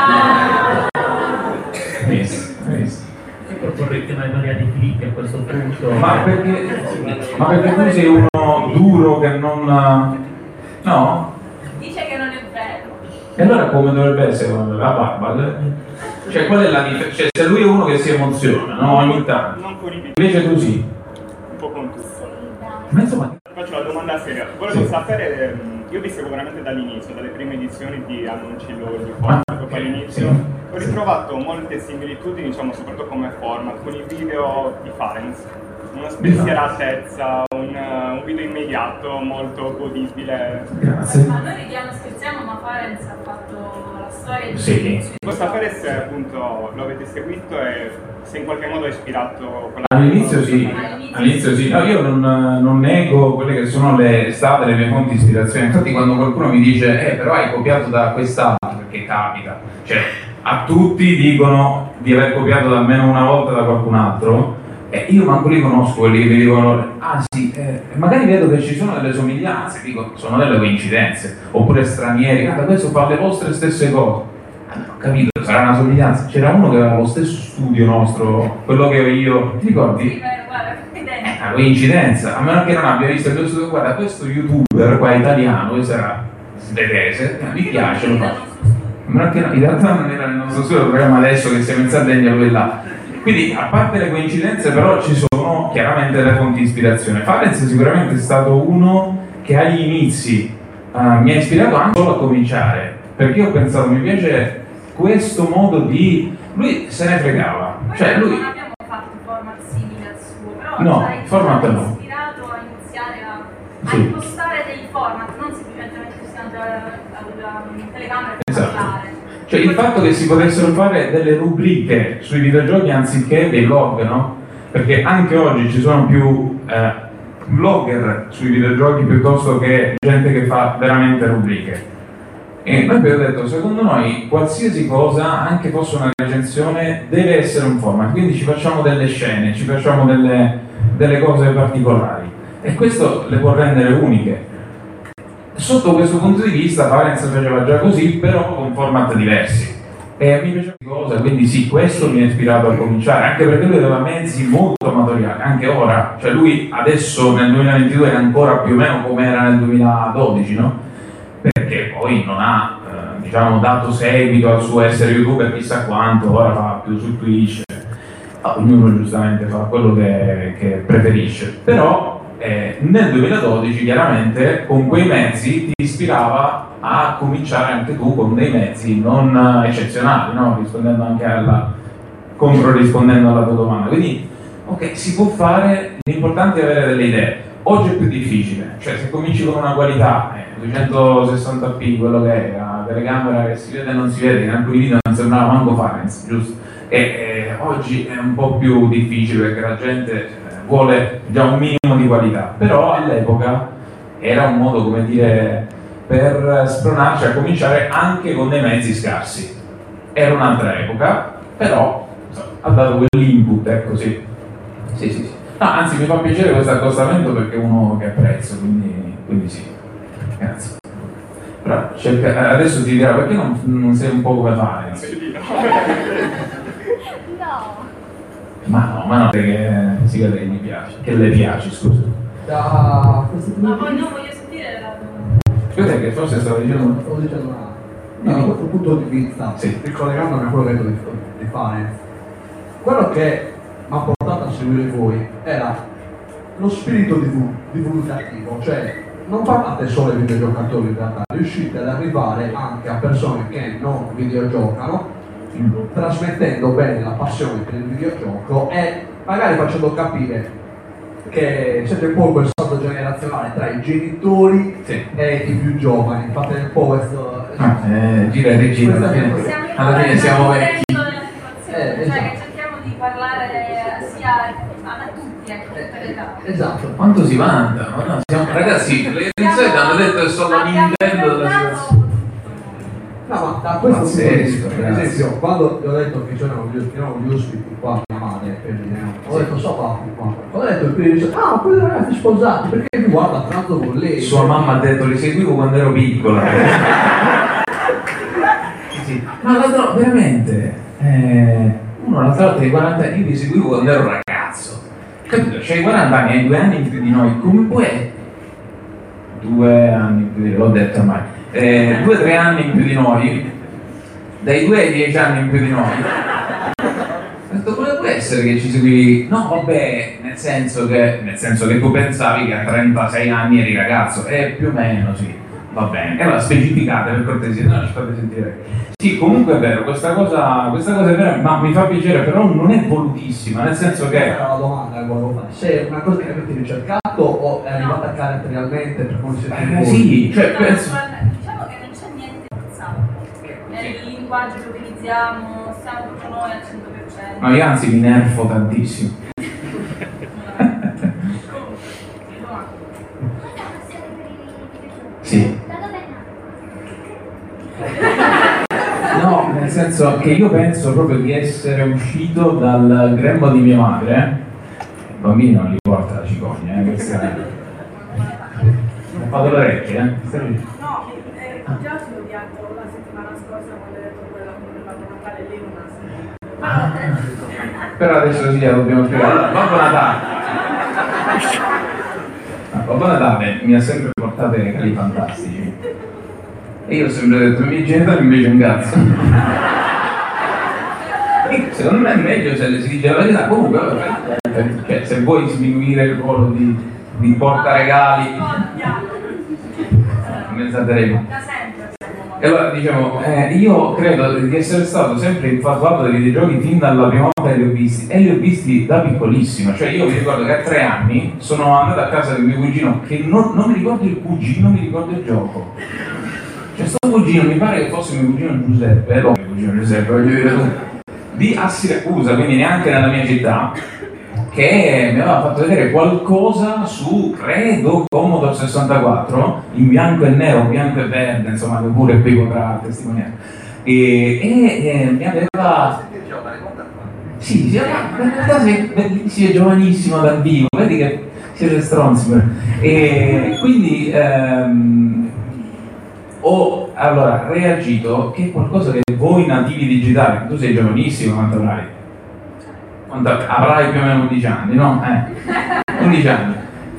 Visto, visto. Vorrete mai variare i click a questo punto? Ma perché, ma perché tu sei uno duro che non... No? Dice che non è vero. E allora come dovrebbe essere la barba? Cioè qual è la differenza? Cioè se lui è uno che si emoziona, no? Ogni tanto. Non con i video, Invece tu sì. un po' con tutto. Ma insomma... Faccio la domanda seria. Volevo Sì. sapere, ehm, io vi seguo veramente dall'inizio, dalle prime edizioni di Annunci Loghi, Ah, proprio ok, all'inizio. sì. Ho ritrovato molte similitudini, diciamo, soprattutto come format, con i video di Farenz. una spensieratezza, un, un video immediato molto godibile. Grazie. Ma noi ridiamo, scherziamo, ma Farenz ha fatto la storia di... Sì. Volevo sapere se appunto lo avete seguito e se in qualche modo ha ispirato quella... All'inizio sì, all'inizio sì. No, io non, non nego quelle che sono le state le mie fonti di ispirazione. Infatti quando qualcuno mi dice eh però hai copiato da quest'altro, perché capita, cioè a tutti dicono di aver copiato da almeno una volta da qualcun altro, e io manco li conosco quelli che mi dicono ah sì, eh, magari vedo che ci sono delle somiglianze, dico sono delle coincidenze, oppure stranieri, guarda questo fa le vostre stesse cose. Ah, no, ho capito, sarà una somiglianza. C'era uno che aveva lo stesso studio nostro, quello che ho io, ti ricordi? Sì, beh, guarda, coincidenza. È una coincidenza, a meno che non abbia visto questo studio, guarda questo youtuber qua italiano, questo era svedese, mi piace, lo fa. A meno che no, in realtà non era nel nostro studio, il programma adesso che siamo in Sardegna, lui è là. Quindi, a parte le coincidenze, però ci sono chiaramente le fonti di ispirazione. Farenz sicuramente è stato uno che agli inizi uh, mi ha ispirato anche solo a cominciare, perché io ho pensato, mi piace questo modo di... Lui se ne fregava. Cioè, lui... Non abbiamo fatto format simile al suo, però No, ci ha format no. ispirato a iniziare a, a Sì. impostare dei format, non semplicemente mettersi davanti alla alla telecamera e Esatto. parlare. Cioè il fatto che si potessero fare delle rubriche sui videogiochi anziché dei vlog, no? Perché anche oggi ci sono più eh, blogger sui videogiochi piuttosto che gente che fa veramente rubriche. E noi abbiamo detto, secondo noi qualsiasi cosa, anche fosse una recensione, deve essere un format, quindi ci facciamo delle scene, ci facciamo delle, delle cose particolari e questo le può rendere uniche. Sotto questo punto di vista Farenz faceva già così, però con format diversi. E mi piaceva cosa, quindi sì, questo mi ha ispirato a cominciare, anche perché lui aveva mezzi molto amatoriali, anche ora, cioè lui adesso nel duemilaventidue è ancora più o meno come era nel duemiladodici, no? Perché poi non ha, eh, diciamo, dato seguito al suo essere youtuber chissà quanto, ora fa più su Twitch, ognuno giustamente fa quello che, che preferisce, però Eh, nel duemiladodici chiaramente con quei mezzi ti ispirava a cominciare anche tu con dei mezzi non uh, eccezionali, no? Rispondendo anche alla controrispondendo alla tua domanda. Quindi ok, si può fare, l'importante è avere delle idee. Oggi è più difficile, cioè se cominci con una qualità eh, duecentosessanta p, quello che è, la telecamera che si vede e non si vede, in alcuni video non sembrava manco Farenz, giusto? E eh, oggi è un po' più difficile perché la gente vuole già un minimo di qualità, però all'epoca era un modo, come dire, per spronarci a cominciare anche con dei mezzi scarsi. Era un'altra epoca, però insomma, ha dato quell'input, ecco sì. Sì, sì, sì. No, anzi mi fa piacere questo accostamento perché è uno che apprezzo, quindi, quindi sì. Grazie. Però cerca, adesso ti dirà perché non, non sei un po' come fare? No. Ma no, ma no, perché si vede che mi piace, che le piace, scusa. Da questo punto Ma di poi vista, non voglio sentire la... Scusa che forse stavo dicendo... stavo dicendo una... No, da questo punto di vista, Sì. ricollegandomi a quello che hai detto di, di Farenz, quello che mi ha portato a seguire voi era lo spirito divu- divulgativo, cioè non parlate solo ai videogiocatori in realtà, riuscite ad arrivare anche a persone che non videogiocano, trasmettendo bene la passione per il videogioco e magari facendo capire che siete un po' quel salto generazionale tra i genitori Sì. e i più giovani, fate un po' questo... Ah, eh, gira e rigira, alla fine, Siamo alla fine siamo vecchi. della situazione, Eh, cioè esatto. che cerchiamo di parlare sia a tutti, ecco, tutte le età. Esatto. Quanto si vanta? Ma no, siamo, ragazzi, le insolite hanno detto che sono la Abbiamo Nintendo della inventato situazione. No, ma da questo punto di Pazzesco, vista, per grazie. esempio, quando vi ho detto che c'erano gli, c'erano gli ospiti qua, mia madre, per dire, ho detto so Papi qua, ho detto e quindi dice, ah, quei ragazzi sposati, perché mi guarda a pranzo con lei? Sua mamma ha detto, li seguivo quando ero piccola. Sì. No, l'altro, veramente, eh, uno l'altra volta di quaranta anni, io li seguivo quando ero ragazzo. Capito? C'hai quaranta anni, hai due anni in più di noi, come puoi? Due anni in più di noi, l'ho detto ormai. Eh, due o tre anni in più di noi, dai due ai dieci anni in più di noi. Ho detto, come può essere che ci seguivi? No, vabbè, nel senso che, nel senso che tu pensavi che a trentasei anni eri ragazzo, eh, più o meno sì. Va bene, e allora specificate per cortesia, no, ci fate sentire. Sì, comunque è vero, questa cosa, questa cosa è vera, ma mi fa piacere, però non è volutissima, nel senso che... Questa era la domanda che volevo fare. Se è una cosa che avete ricercato o è arrivata caratterialmente per come siete Eh, voi? sì, cioè No, penso... naturalmente, diciamo che non c'è niente forzato. Nel linguaggio che utilizziamo siamo proprio noi al cento per cento. No, io anzi mi nerfo tantissimo. Sì. No, nel senso che io penso proprio di essere uscito dal grembo di mia madre. Il bambino non li porta la cicogna, eh, questa è... Mi ha fatto le orecchie, eh? No, eh, già ci ho odiato la settimana scorsa quando hai detto quella che mi fatto mancare lì una sera. Però adesso sì, la dobbiamo spiegare. Allora, Babbo Natale. Ah, Babbo Natale mi ha sempre portato i regali fantastici. E io ho sempre detto, i miei genitori invece un cazzo. E secondo me è meglio se le si dice la verità. Comunque, vabbè, cioè, se vuoi sminuire il ruolo di, di portaregali, mezzateremo. Da sempre. E allora diciamo, eh, io credo di essere stato sempre infatuato dai videogiochi fin dalla prima volta che li ho visti, e li ho visti da piccolissimo. Cioè io mi ricordo che a tre anni sono andato a casa di mio cugino, che non, non mi ricordo il cugino, mi ricordo il gioco. Cioè sto cugino, mi pare che fosse mio cugino Giuseppe, eh, no, mio cugino Giuseppe, voglio dire tu, di a Siracusa, quindi neanche nella mia città, che mi aveva fatto vedere qualcosa su, credo, Commodore sessantaquattro, in bianco e nero, bianco e verde, insomma, che pure qui potrà testimoniare. E, e, e mi aveva... Sì, sì, ma in realtà sei bellissimo, giovanissimo dal vivo, vedi che siete stronzi. E quindi ehm, ho allora reagito che è qualcosa che voi nativi digitali, tu sei giovanissimo, quanto avrai? Quanto avrai più o meno undici anni, no? Eh, undici anni.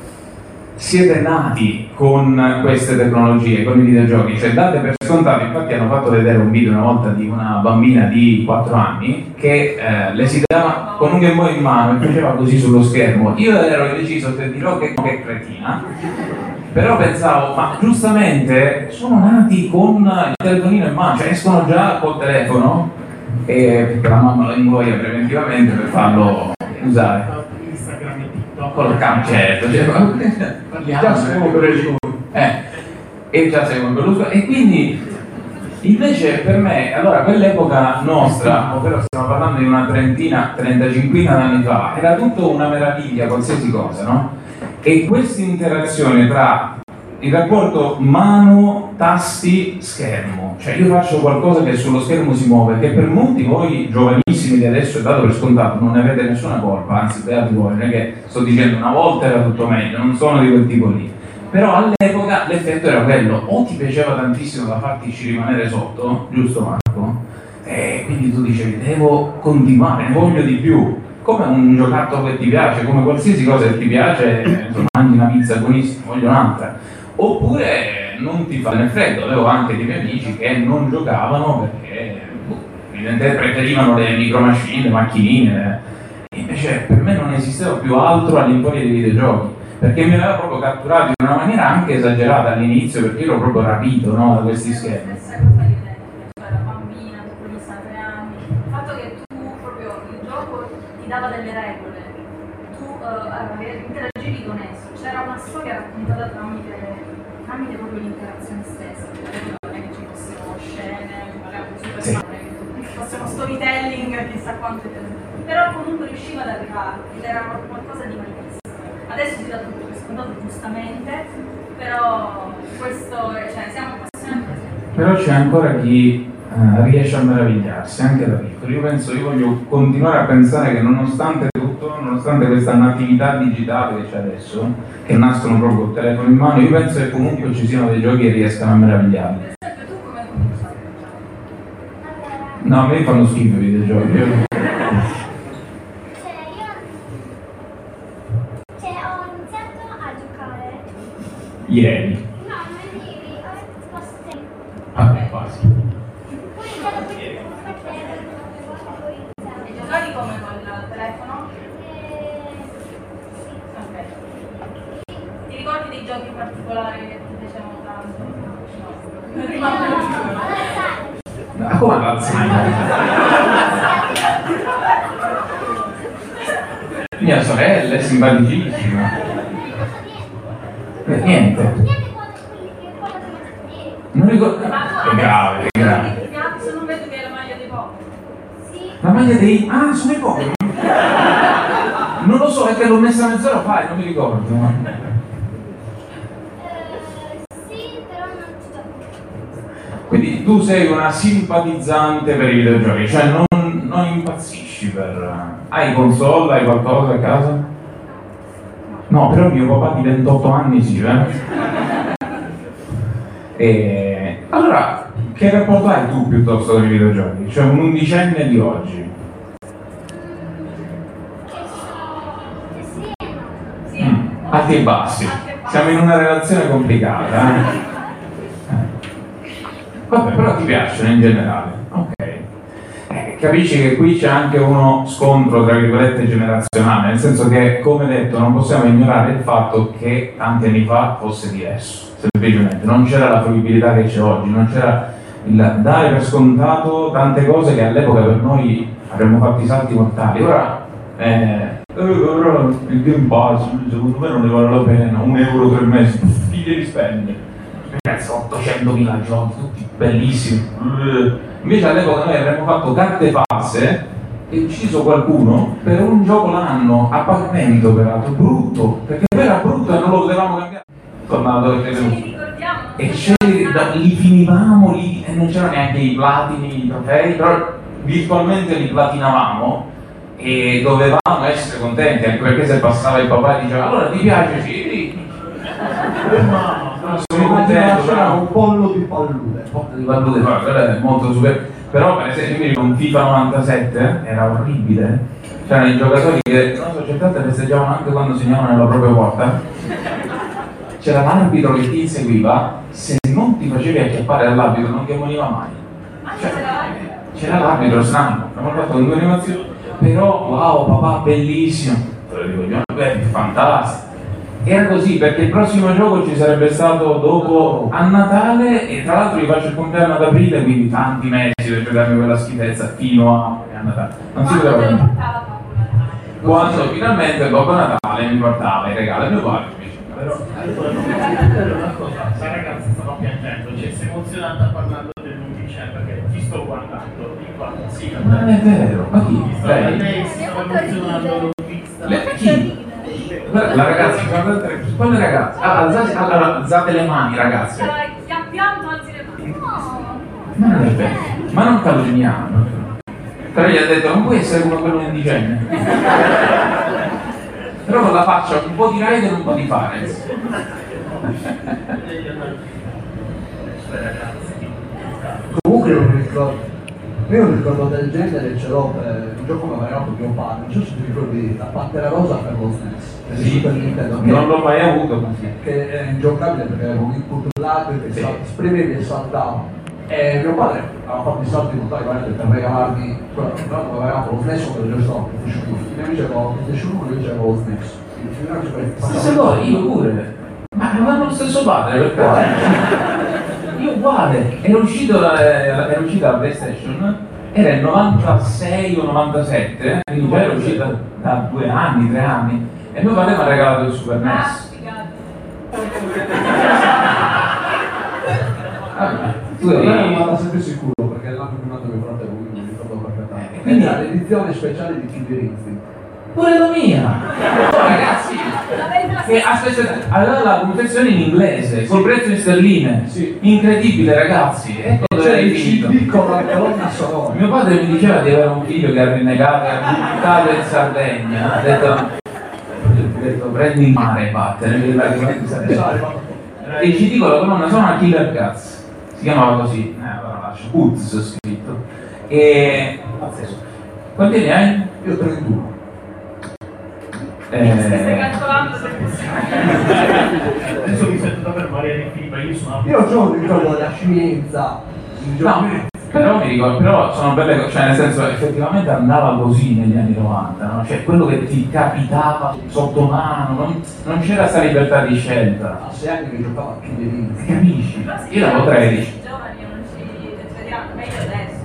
Siete nati con queste tecnologie, con i videogiochi, cioè date per scontato. Infatti hanno fatto vedere un video una volta di una bambina di quattro anni che eh, le si dava con un Game Boy in mano e faceva così sullo schermo. Io ero indeciso, te dirò che, che cretina, però pensavo, ma giustamente sono nati con il telefonino in mano, cioè escono già col telefono e la mamma lo ingoia preventivamente per farlo usare. Instagram e TikTok. Con il cancello, cioè, Già siamo Berlusconi. eh, e già sei con Berlusconi. E quindi invece per me, allora quell'epoca nostra, ovvero stiamo parlando di una trentina, trentacinquina d'anni fa, era tutto una meraviglia, qualsiasi cosa, no? E questa interazione tra il rapporto mano, tasti, schermo, cioè io faccio qualcosa che sullo schermo si muove, che per molti voi giovanissimi di adesso è dato per scontato, non ne avete nessuna colpa, anzi beati voi, non è che sto dicendo una volta era tutto meglio, non sono di quel tipo lì. Però all'epoca l'effetto era quello, o ti piaceva tantissimo da fartici rimanere sotto, giusto Marco? E quindi tu dicevi, devo continuare, ne voglio di più. Come un giocattolo che ti piace, come qualsiasi cosa che ti piace, insomma, mangi una pizza buonissima, voglio un'altra. Oppure non ti fa nel freddo. Avevo anche dei miei amici che non giocavano perché boh, evidentemente preferivano le micromachine, le macchinine. E invece per me non esisteva più altro all'infuori dei videogiochi, perché mi aveva proprio catturato in una maniera anche esagerata all'inizio, perché ero proprio rapito, no, da questi schermi. Stessa cosa che ho detto, cioè la bambina, piccolissima, tre anni, il fatto che tu proprio il gioco ti dava delle regole, tu uh, interagivi con esso, c'era una storia raccontata tramite, tramite proprio l'interazione stessa, non è che ci fossero scene, magari super Sì. non è che fosse uno storytelling chissà quanto, però comunque riusciva ad arrivare ed era qualcosa di manifesto. Adesso si dà tutto per scontato giustamente, però questo, cioè siamo appassionati. Però c'è ancora chi eh, riesce a meravigliarsi, anche da piccolo. Io penso, io voglio continuare a pensare che nonostante tutto, nonostante questa natività digitale che c'è adesso, che nascono proprio col telefono in mano, io penso che comunque ci siano dei giochi che riescano a meravigliarmi. Per esempio tu come hai cominciato? No, a me fanno schifo i videogiochi. Io... Ieri. No, non ieri, ho risposto te. Vabbè, quasi. Poi è stato questo perché E giocavi come con il telefono? Ok. Ti ricordi dei giochi in particolare che ti piacevano tanto? come l'Alzheimer? Mia sorella è simpaticissima. Eh, niente. Non ricordo. È grave, è grave. Se non vedo che è la maglia dei Pokémon. La maglia dei. Ah, sono i Pokémon. Non lo so, è che l'ho messa mezz'ora fa e non mi ricordo. Quindi tu sei una simpatizzante per i videogiochi, cioè non, non impazzisci per... Hai console, hai qualcosa a casa? No, però mio papà di ventotto anni sì, eh? E... Allora, che rapporto hai tu piuttosto con i videogiochi? Cioè un undicenne di oggi? Mm, alti e bassi. Siamo in una relazione complicata, eh? Vabbè, però ti piacciono in generale, ok. Eh, capisci che qui c'è anche uno scontro, tra virgolette, generazionale, nel senso che, come detto, non possiamo ignorare il fatto che tanti anni fa fosse diverso, semplicemente. Non c'era la fruibilità che c'è oggi, non c'era il dare per scontato tante cose che all'epoca per noi avremmo fatto i salti mortali. Ora, eh, però il Game Pass, secondo me non ne vale la pena, un euro per mese, chi devi spendere? Ragazzi, ottocentomila giochi, tutti bellissimi. Invece all'epoca noi avremmo fatto carte false e ucciso qualcuno per un gioco l'anno, a pagamento peraltro, brutto, perché era brutto e non lo potevamo cambiare. Tornato e e ce li, li finivamo lì e non c'erano neanche i platini, i trofei, però virtualmente li platinavamo e dovevamo essere contenti, anche perché se passava il papà e diceva allora ti piace? Sì, sono contento, però un pollo di pallude. Un pollo di pallude, guarda, è molto super. Però per esempio io con FIFA novantasette era orribile. C'erano i giocatori che non so, certe volte festeggiavano anche quando segnavano nella propria porta. C'era l'arbitro che ti inseguiva, se non ti facevi acchiappare dall'arbitro non ti ammoniva mai. Cioè, c'era l'arbitro strano, abbiamo fatto due animazioni, però wow papà bellissimo. Te lo dico io, beh, fantastico. Era così perché il prossimo gioco ci sarebbe stato dopo a Natale e tra l'altro gli faccio il compleanno ad aprile, quindi tanti mesi per giocarmi quella schifezza fino a, a Natale. Non si poteva fare. Quando finalmente Babbo Natale mi portava i regali a mio padre. Però una cosa, la ragazza stava piangendo, cioè si è emozionata parlando dell'undicenne perché ti sto guardando, di qua, sì, ma non è vero, ma chi? Lei, lei si stava emozionando vista. Chi? La ragazza, quale ragazza? Ah, alzate, allora, alzate le mani ragazze. Chi ha pianto alzi le mani. No. Ma non è vero, ma non calunniamo. Però gli ha detto non puoi essere come quello undicenne. Però con la faccia un po' di Raid e un po' di Fares. Comunque io mi ricordo, io un ricordo del genere ce l'ho per un gioco che aveva regalato mio padre, non so se ti ricordi la Pantera Rosa per lo S N E S, per il Sì. Super Nintendo, che, Non l'ho mai avuto, ma sì. che è ingiocabile perché avevo un input lag che Sì. sal- spremevi e saltava. E mio padre aveva fatto i salti mortali veramente per regalarmi, però aveva regalato lo S N E S o per giocare PlayStation uno. I miei amici avevano PlayStation uno e io avevo lo S N E S. Quindi figurati come Stessa cosa, io pure. Ma avevamo lo stesso padre, per quale? Io uguale. Era uscito la, era uscita la PlayStation, era il novantasei o novantasette, quindi già era uscita da due anni, tre anni, e mio padre mi ha regalato il Super N E S. Vabbè, tu non ero eri... novantasette sicuro perché è l'anno prima mio fratello, quindi non mi ricordo perfettamente. Quindi- Quindi era l'edizione speciale di Killer Instinct. Pure la mia! Oh, ragazzi! Che aspetta, aveva la confezione in inglese, col prezzo in sterline. Sì. Incredibile ragazzi, ecco dove C'era hai il finito. C D con la colonna sonora. Mio padre mi diceva di avere un figlio che ha rinnegato e ha buttato in Sardegna. Ha detto, ha detto prendi il mare e vattene, vedi la ricordi in Sardegna. E il C D con la colonna sonora Killer Cats. Si chiamava così, eh, allora lascio, Woods scritto. E... pazzesco. Quanti anni hai? Io trentuno. Stai Eh... calcolando se Adesso mi sento per Maria di Filippa, io sono Io ho un ricordo della scienza. il No, gioco- però mi ricordo, però sono belle cose, cioè nel senso effettivamente andava così negli anni novanta, no? Cioè quello che ti capitava sotto mano, non, non c'era questa libertà di scelta, A sei anni che giocavo a Killer Instinct. capisci? Io avevo tredici. i giovani non ci vediamo meglio adesso.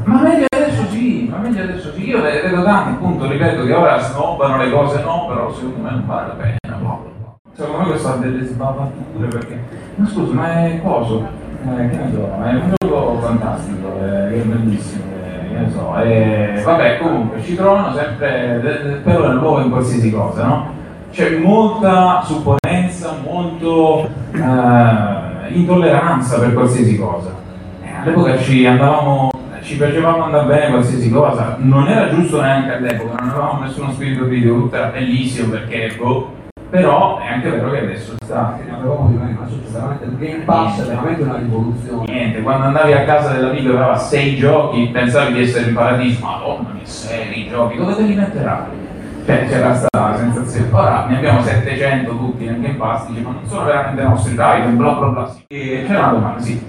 Ma meglio adesso sì, ma meglio adesso sì, io le vedo tanti, appunto, ripeto che ora snobbano le cose, no, però secondo me non vale la pena, no. Secondo me questo ha delle sbavature perché. Ma scusa, ma è coso? Eh, che ne so, è un gioco fantastico, è, è bellissimo, è, che ne so, e vabbè comunque ci trovano sempre del pelo nell'uovo in qualsiasi cosa, no? C'è molta supponenza, molto eh, intolleranza per qualsiasi cosa. Eh, all'epoca ci andavamo, ci piacevamo andare bene qualsiasi cosa, non era giusto neanche all'epoca, non avevamo nessuno spirito critico, tutto era bellissimo perché boh. Però è anche vero che adesso sta. Avevamo di meno, adesso c'è veramente il Game Pass, è veramente una rivoluzione. Niente, quando andavi a casa dell'amico che aveva sei giochi, pensavi di essere in paradiso, madonna mia, sei giochi, dove te li metterai? Cioè c'era stata sensazione. Ora ne abbiamo settecento tutti nel Game Pass, dici, ma non sono veramente nostri item, bla bla bla. Sì. E c'era una domanda, sì.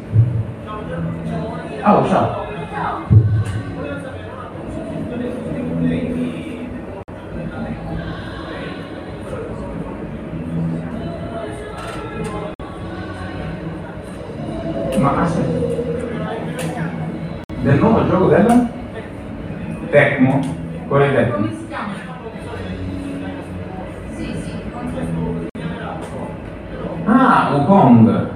Oh, ciao. Ma aspetta, del nuovo gioco della? Tecmo? Qual è Tecmo? Come si chiama? Sì, sì, Ah, Wukong!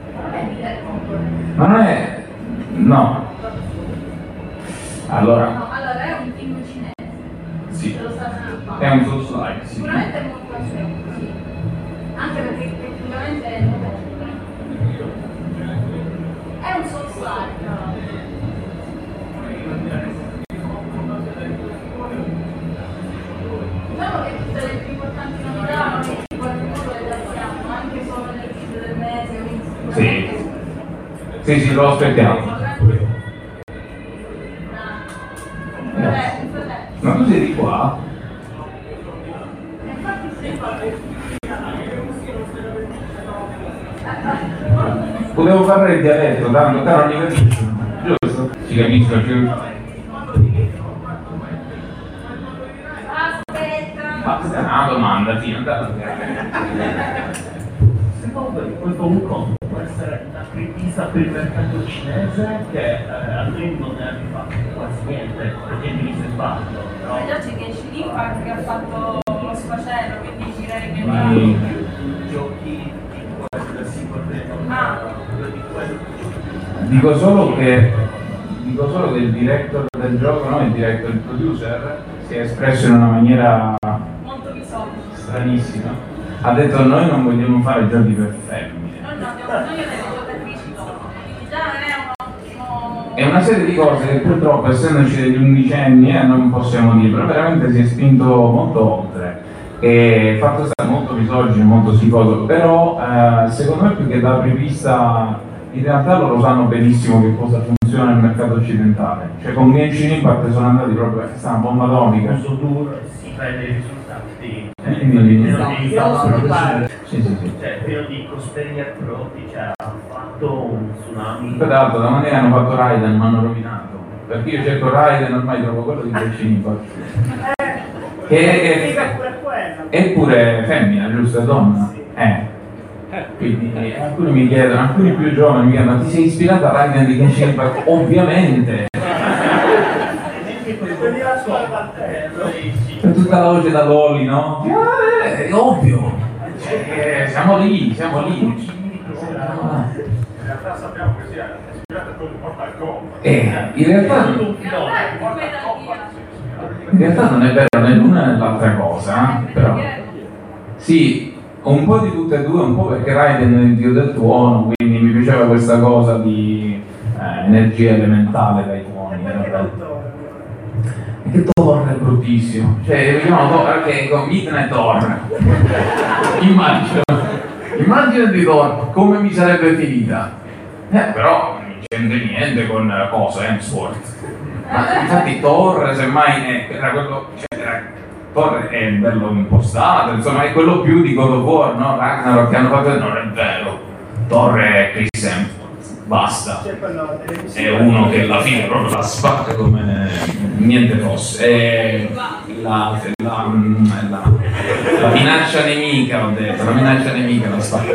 Ma non è. No. Allora. No, allora è un film cinese. Sì. Te lo sta sviluppando. È un Souls-like, sì. Sicuramente è molto piacevole, sì. Anche perché tecnicamente è moderno. È un Souls-like. Diciamo che tutte le più importanti novità noi in qualche modo le tracciamo, anche solo nel video del mese, quindi Sì. Sì, sì, lo aspettiamo. Ma tu sei di qua? Potevo parlare il dialetto, tanto caro non mi capisco. Giusto? Si capisco, giusto? Ma questa è una domanda, sì, non te la Secondo me questo Wukong può essere una crisi per il mercato cinese che eh, a noi non ne ha fatto quasi niente, perché mi sbaglio, no? Gli oggi che esce l'Impact che ha fatto lo sfacelo, quindi direi che Ma- I giochi di questo singolo Ah. di questo Dico solo che dico solo che il director del gioco, no, il director, il producer, si è espresso in una maniera molto misogico. stranissima. Ha detto noi non vogliamo fare giochi per femmine. Noi no, abbiamo bisogno delle giocatrici donne, quindi già non è un ottimo. È una serie di cose che purtroppo, essendoci degli undicenni, eh, non possiamo dire, però veramente si è spinto molto oltre. E fatto sta molto misogino, molto schifoso, però eh, secondo me più che da apripista, in realtà loro sanno benissimo che cosa funziona nel mercato occidentale. Cioè con Genshin Impact sono andati proprio a questa bomba atomica. uso duro si vede i risultati. Quindi- Pieno di- Sì, sì, sì. cioè, pieno di cosplay approtti, cioè hanno fatto un tsunami. Peraltro da maniera hanno fatto Raiden, mi hanno rovinato. Perché io cerco Raiden, ormai trovo quello di Genshin Impact. Che Figa è, pure quella. è pure femmina, giusto? È donna? Eh. Quindi eh, alcuni mi chiedono, alcuni più giovani mi chiedono, ma ti sei ispirata a Raiden di Genshin Impact? Ovviamente! Quelli la squadra a te. C'è tutta la voce da Lolli, no? Eh, è ovvio! Cioè, siamo lì, siamo lì. In realtà sappiamo che sia ispirata a quello di Mortal Kombat. Eh, in realtà, in realtà non è vero né l'una né l'altra cosa, eh, però sì, un po' di tutte e due, un po' perché Raiden è il dio del tuono, quindi mi piaceva questa cosa di eh, energia elementale dai tuoni. E che Thor è bruttissimo, cioè vediamo Thor che con Midnight Thor. Immagino, immagino di Thor come mi sarebbe finita. Eh, però non c'entra niente con eh, cosa, Hemsworth. Ma infatti Thor semmai è, era quello, cioè, era, Thor è bello impostato, insomma è quello più di God of War, no? Ragnarok che hanno fatto, non è vero, Thor è Chris Hemsworth, basta. È uno che alla fine proprio la spacca come niente fosse. È la, la, la, la minaccia nemica, ho detto, la minaccia nemica la spacca.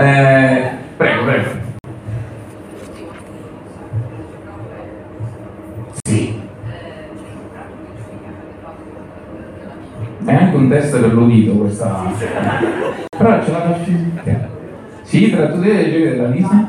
Eh, prego, prego. È anche un test per l'udito questa. Però ce la fisica. Sì, tra tutti i giochi della Disney?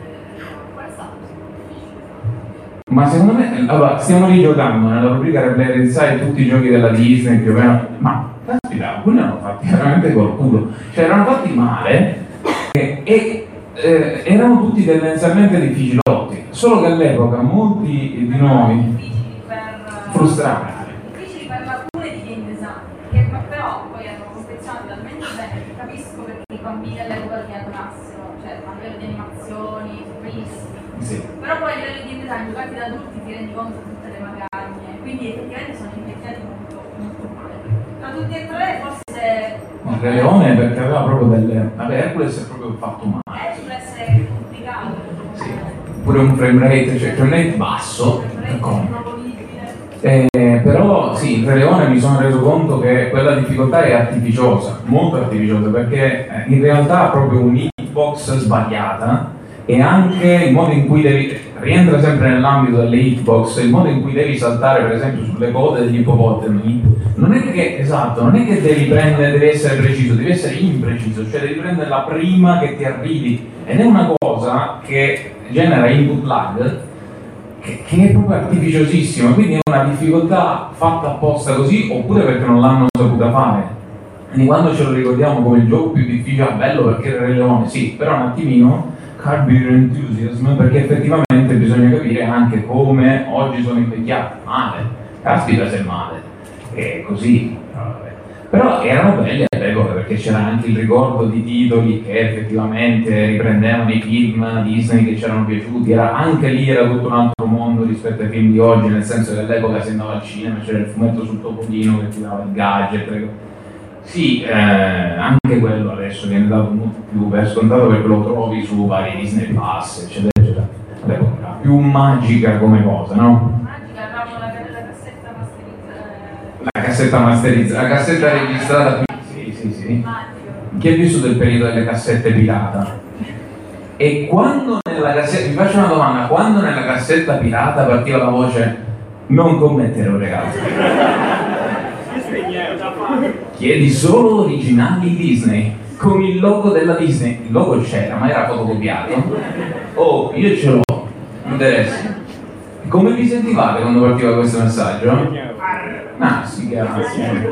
Ma secondo me, allora, stiamo rigiocando nella rubrica Replayer Inside tutti i giochi della Disney più o meno, ma caspita, quelli erano fatti veramente col culo, cioè erano fatti male e, e eh, erano tutti tendenzialmente difficilotti, solo che all'epoca molti di noi frustranti. Difficili per la cura di game design, che però poi erano confezionati talmente bene che capisco perché i bambini all'epoca li adorassero, cioè a livello di animazioni, bellissimi. Sì. Però poi a livello di design giocati da adulti ti rendi conto di tutte le magagne, quindi effettivamente sono invecchiati molto, molto male. Tra tutti e tre forse... Il Re Leone perché aveva proprio delle... Vabbè, Hercules è proprio fatto male. Hercules è complicato. Sì. Pure un frame rate, cioè frame rate basso. Eh, però sì, il Re Leone mi sono reso conto che quella difficoltà è artificiosa, molto artificiosa, perché eh, in realtà ha proprio un hitbox sbagliata. E anche il modo in cui devi, rientra sempre nell'ambito delle hitbox, il modo in cui devi saltare per esempio sulle code degli ippopotami, non è che, esatto, non è che devi prendere, devi essere preciso, devi essere impreciso, cioè devi prendere la prima che ti arrivi, ed è una cosa che genera input lag, che, che è proprio artificiosissima, quindi è una difficoltà fatta apposta così, oppure perché non l'hanno saputa fare. Quindi quando ce lo ricordiamo come il gioco più difficile, bello perché era il Re Leone, sì, però un attimino Curb Your Enthusiasm, perché effettivamente bisogna capire anche come oggi sono invecchiati male, caspita se male, e così, vabbè. Però erano belli all'epoca perché c'era anche il ricordo di titoli che effettivamente riprendevano i film Disney che ci erano piaciuti, era, anche lì era tutto un altro mondo rispetto ai film di oggi, nel senso che all'epoca si andava al cinema, c'era il fumetto sul topolino che ti dava il gadget. Sì, eh, anche quello adesso viene dato molto più per scontato perché lo trovi su vari Disney Plus, eccetera, eccetera. All'epoca era più magica come cosa, no? Magica, avevamo la, la cassetta masterizzata. La cassetta masterizzata, la cassetta registrata. Sì, sì, sì. Chi ha vissuto il periodo delle cassette pirata? E quando nella cassetta, vi faccio una domanda, quando nella cassetta pirata partiva la voce non commettere un reato? Chiedi solo originali Disney con il logo della Disney. Il logo c'era, ma era fotocopiato. Oh, io ce l'ho, mi interessa. Come vi sentivate quando partiva questo messaggio? Ah, sì, grazie.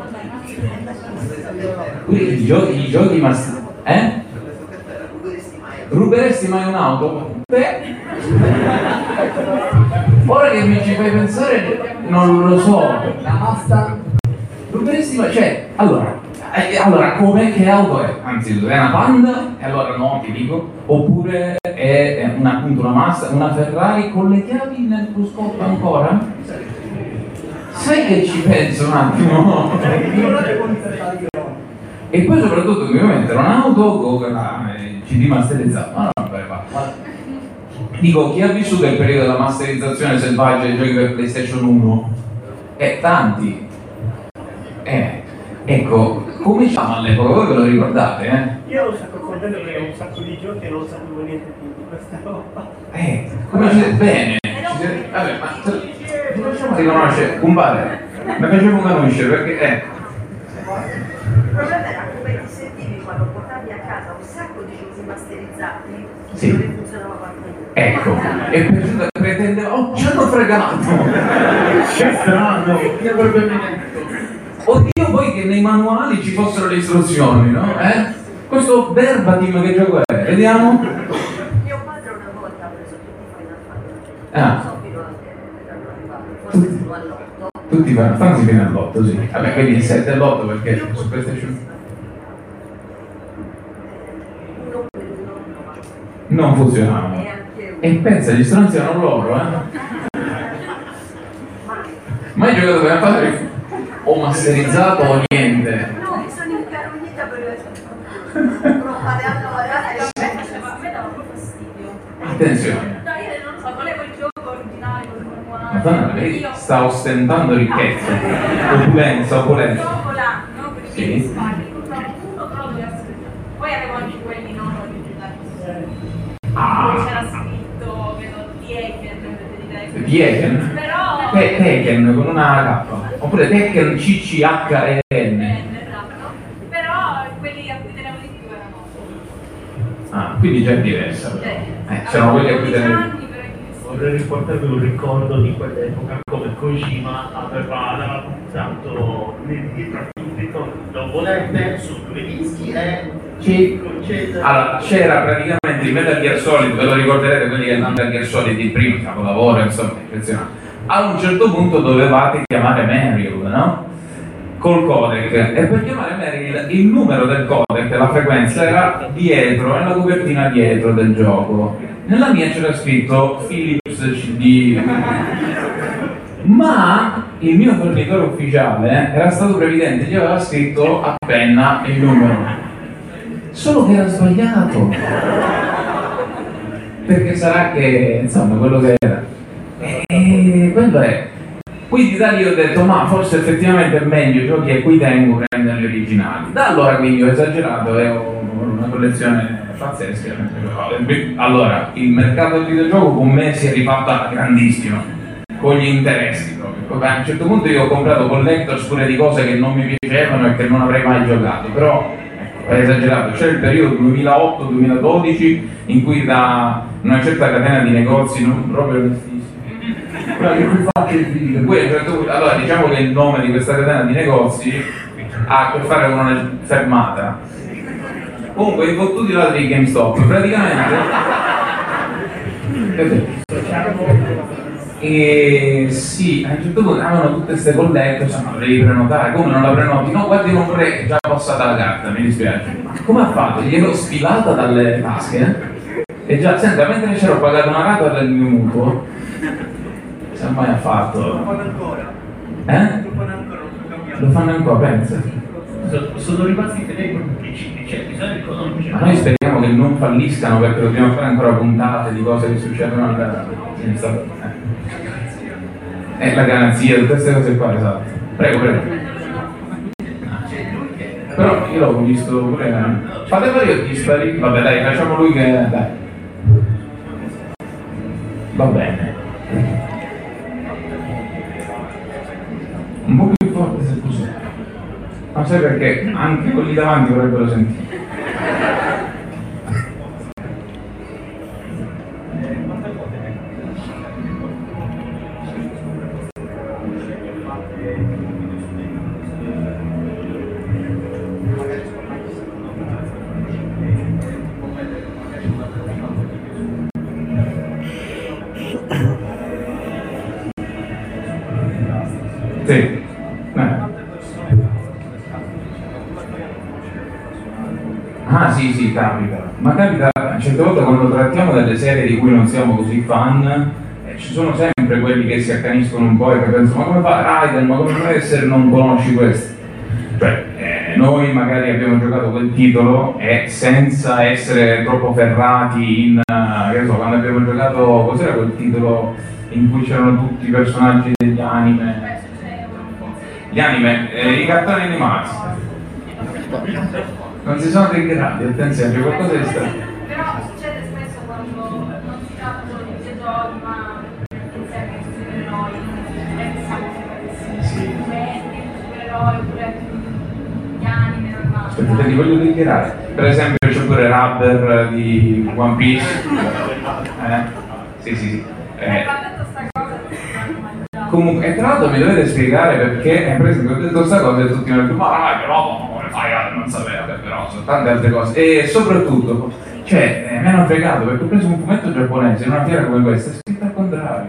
I giochi, i giochi master... Eh? Ruberesti mai un'auto? Beh, ora che mi ci fai pensare, non lo so. La Mustang? Ruberesti mai, cioè, allora, eh, allora come, che auto è? Anzitutto, è una Panda? E allora no, ti dico. Oppure è una, appunto una Mustang, una Ferrari con le chiavi nel cruscotto ancora? Sai che ci penso un attimo? E poi soprattutto mi devo mettere un'auto con la C D masterizzata. Ma no, vabbè, va. Dico, chi ha vissuto il periodo della masterizzazione selvaggia dei giochi per PlayStation uno? Eh, tanti. Eh, ecco, come diciamo all'epoca? Voi ve lo ricordate, eh? Io ero un sacco contento perché ho un sacco di giochi e non sapevo niente più di questa roba. Eh, come ci bene? Ci siete... Vabbè, ma non riusciamo a riconoscere, compare, mi facevo conoscere perché, ecco. Il problema era come ti sentivi quando portavi a casa un sacco di giochi masterizzati sì. e non funzionava quanto io. Ecco, e per pretendeva, oh, ci hanno fregato! Che strano! Oddio, poi che nei manuali ci fossero le istruzioni, no? Eh? Questo verbatim che gioco è? Vediamo? Mio padre una volta ha preso tutti i Final Fantasy. Ah. Non so fino a che erano arrivati, forse fino all'otto. Tutti i Final Fantasy fino all'otto, sì. Vabbè, quindi il sette e l'otto perché su PlayStation non funzionavano. E pensa, gli stronzi erano loro, eh? Mai giocato per fare o masterizzato o niente? No, mi sono incarognita per non fare altro magari. A me dava proprio fastidio. Attenzione. No, io non so, volevo il gioco originale con il manuale. Madonna, lei sta ostentando ricchezza, opulenza, opulenza. Dopo l'anno, perché Sì. mi spaghi, compravo uno, però doveva essere. Poi avevo anche quelli non originali. Ah. Dove c'era scritto, vedo, Dieken, vedete di destra. Dieken? Però Te- Tekken con una K, oppure Tekken C C H E N. Però quelli a cui tenevo di più erano. Ah, quindi già è diversa però. Eh, c'erano quelli a cui tenevo. Vorrei riportarvi un ricordo di quell'epoca, come Kojima aveva usato lo volete su due dischi e ci concede. Allora, c'era praticamente il Metal Gear Solid, ve lo ricorderete, quelli che Metal Gear Solid, il primo capolavoro, insomma, eccezionale. A un certo punto dovevate chiamare Meryl, no? Col codec, e per chiamare Meryl il numero del codec, la frequenza era dietro, nella copertina dietro del gioco. Nella mia c'era scritto Philips C D, ma il mio fornitore ufficiale era stato previdente, gli aveva scritto a penna il numero, solo che era sbagliato, perché sarà che, insomma, quello che era. E quello è. Quindi da lì ho detto, ma forse effettivamente è meglio i giochi a cui tengo prendere gli originali. Da allora quindi ho esagerato e ho una collezione pazzesca. Allora, il mercato del videogioco con me si è rifatto alla grandissima, con gli interessi proprio. A un certo punto io ho comprato collectors pure di cose che non mi piacevano e che non avrei mai giocato, però ecco, è esagerato. C'è il periodo duemilaotto duemiladodici in cui da una certa catena di negozi, non proprio onestissimi, quella che cui faccio il video. Poi a un certo punto, allora diciamo che il nome di questa catena di negozi ha a che fare con una fermata. Comunque i fottuti ladri di GameStop, praticamente. E sì, a un certo punto avevano tutte queste collette, cioè, ma devi prenotare, come non la prenoti? No, guardi, non vorrei, è già passata la carta, mi dispiace. Ma come ha fatto? Gliel'ho sfilata dalle tasche, e già, senta, mentre c'ero pagato una rata del mio mutuo, se mai ha fatto. Lo fanno ancora. Eh? Lo fanno ancora, non so cambiare. Lo fanno ancora, pensa. Sono rimasti fedeli proprio principi, cioè bisogna economici. Ma noi speriamo che non falliscano, perché dobbiamo fare ancora puntate di cose che succedono alla... Eh, la garanzia, tutte queste cose qua, esatto. Prego, prego. Però io l'ho visto pure. Fate vari dispari. Vabbè dai, facciamo lui che. Dai. Va bene. Un po' più forte se possibile. Ma sai perché anche quelli davanti vorrebbero sentire. Sì. Eh. Ah sì sì, capita. Ma capita a certe volte quando trattiamo delle serie di cui non siamo così fan, eh, ci sono sempre quelli che si accaniscono un po' e che pensano ma come fa Raiden, ma come può essere non conosci questo? Cioè, eh, noi magari abbiamo giocato quel titolo e senza essere troppo ferrati in, uh, che ne so, quando abbiamo giocato, cos'era quel titolo in cui c'erano tutti i personaggi degli anime? Gli anime, eh, i cartoni animati. Non si sono triggerati, attenzione, c'è qualcosa di strano. Però succede spesso quando non si tratta solo di videogiochi, ma insieme ai supereroi, non siamo sì. Fumetti, supereroi, oppure gli anime normali. Aspetta, ti voglio triggerare. Per esempio c'è pure Rubber di One Piece. Eh? Sì, sì, sì. Eh. Comunque, e tra l'altro mi dovete spiegare perché, per esempio, ho detto questa cosa e tutti mi hanno detto ma vai, però come fai a non sapere, però sono tante altre cose. E soprattutto, cioè, eh, mi hanno fregato perché ho preso un fumetto giapponese in una fiera come questa, è scritto al contrario.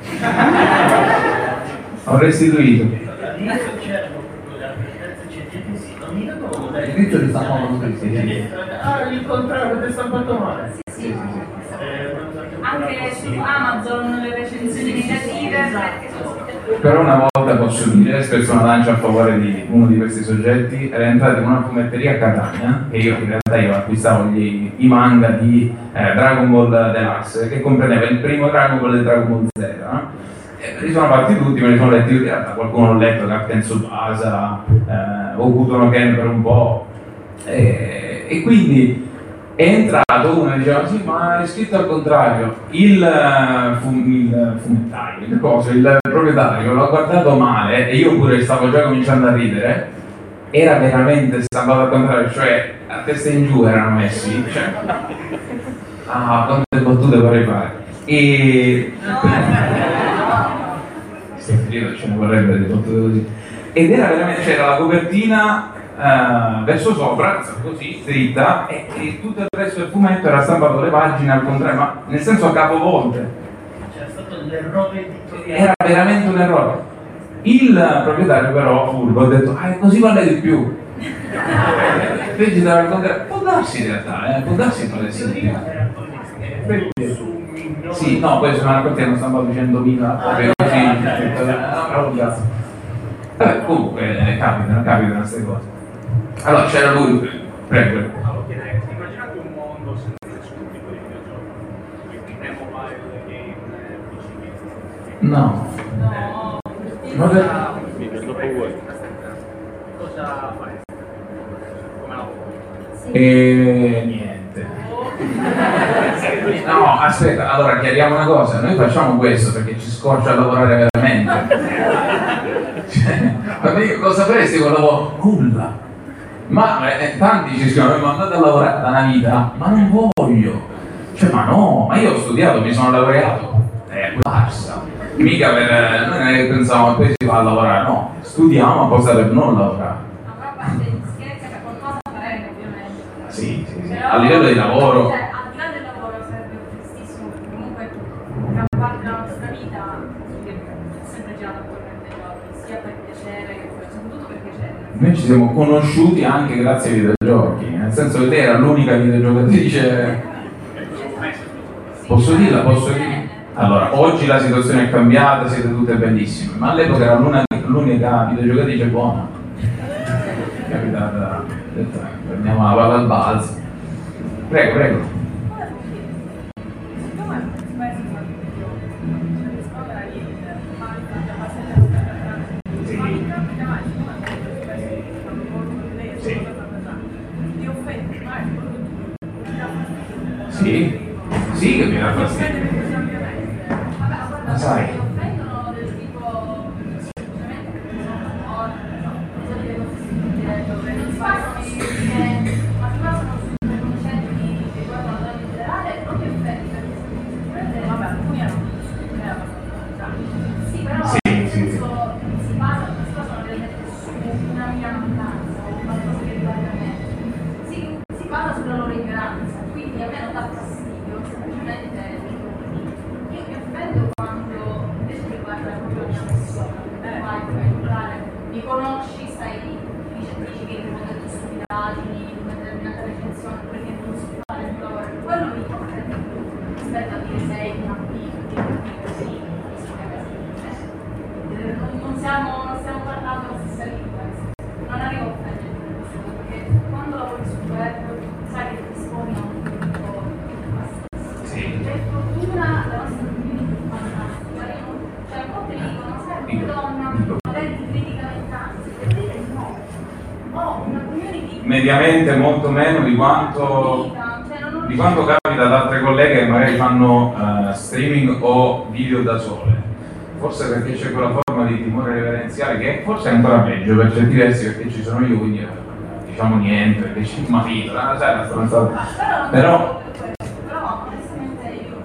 Ho restituito. All'inizio c'erano proprio le applicazioni scientifiche, non mi ricordo. All'inizio li stampavano tutti. Ah, il contrario, ti è stampato male. Sì, sì. Anche su Amazon le recensioni negative perché sono Però una volta posso dire, spesso una lancia a favore di uno di questi soggetti, era entrato in una fumetteria a Catania, che io in realtà io acquistavo gli, i manga di eh, Dragon Ball Deluxe, che comprendeva il primo Dragon Ball e Dragon Ball Z, no? E li sono fatti tutti, me li sono letti tutti, qualcuno l'ho letto, Captain Tsubasa, eh, ho avuto uno Ken per un po', e, e quindi È entrato uno e diceva sì, ma è scritto al contrario. Il, fum, il fumettaio, il, coso, il proprietario l'ha guardato male e io pure stavo già cominciando a ridere. Era veramente stampato al contrario, cioè a testa in giù erano messi. Cioè, ah, quante battute vorrei fare. E questo periodo ce ne vorrebbe di battute così. Ed era veramente, c'era la copertina Uh, verso sopra, così, dritta, e, e tutto il resto del fumetto era stampato le pagine al contrario, ma nel senso a capovolte. C'era stato l'errore editoriale. Era veramente un errore. Il proprietario però, furbo, ha detto, ah, così vale di più. Invece dava al contrario. Può darsi in realtà, eh? Può darsi che valesse di più. Sì, no, poi sono racconti hanno stampato centomila copie così, no, cazzo. Vabbè, comunque, eh, capitano, capitano queste cose. Allora c'era lui, prego. Allora, chiedere, immaginate un mondo senza nessun tipo di videogioco, quindi mobile game, P C. No. No. Ma per... Dopo voi. Cosa fai? Come lavoro? E niente. No, aspetta, allora chiariamo una cosa, noi facciamo questo perché ci scoccia a lavorare veramente. Cioè, ma io cosa faresti con il lavoro? Nulla. Ma eh, tanti ci scrivono, ma andate a lavorare da una vita, ma non voglio. Cioè, ma no, ma io ho studiato, mi sono laureato. Eh, basta. Mica per. Eh, noi non è che pensavamo che poi si va a lavorare, no. Studiamo apposta per non lavorare. Ma però a parte gli scherzi, che qualcosa faremo ovviamente. Sì, sì, sì. Però, A livello di lavoro. Cioè, al di là del lavoro sarebbe tristissimo perché comunque gran parte della nostra vita è sempre girata attorno ai videogiochi, sia per piacere che poi soprattutto per piacere. Noi ci siamo conosciuti anche grazie ai videogiochi, nel senso che lei era l'unica videogiocatrice. Posso dirla, posso dire? Allora, oggi la situazione è cambiata, siete tutte bellissime, ma all'epoca era l'unica videogiocatrice buona. Capitata, prendiamo la palla al balzo. Prego, prego. Sì, sì che mi dà fastidio. Ma sai. Sì, sì, sì. Si basa sulla loro ignoranza, quindi a me non dà fastidio, semplicemente io mi offendo quando invece che guardare proprio la mia persona, eh, vai come entrare, mi conosci, sai, dici, dici che mi ho detto stupidaggini, una determinata recensione perché non so fare il lavoro, quello mi tocca di più rispetto a dire sei una piccola, così, non, non siamo, non stiamo parlando la stessa lingua, non arrivo a offendere perché quando lavori sul web sai che ti esponi a un pubblico abbastanza. Sì. Per fortuna la nostra community è fantastica, cioè a volte mi dicono, sai, come donna, magari ti criticano in tanto, per dire no. Ho una community Mediamente molto meno di quanto, di quanto capita ad altre colleghe che magari fanno uh, streaming o video da sole. Forse perché c'è quella forma di timore reverenziale che forse è ancora peggio per certi versi perché ci sono io, quindi diciamo niente, perché c'è un marito, sai la stronzata. Però però onestamente io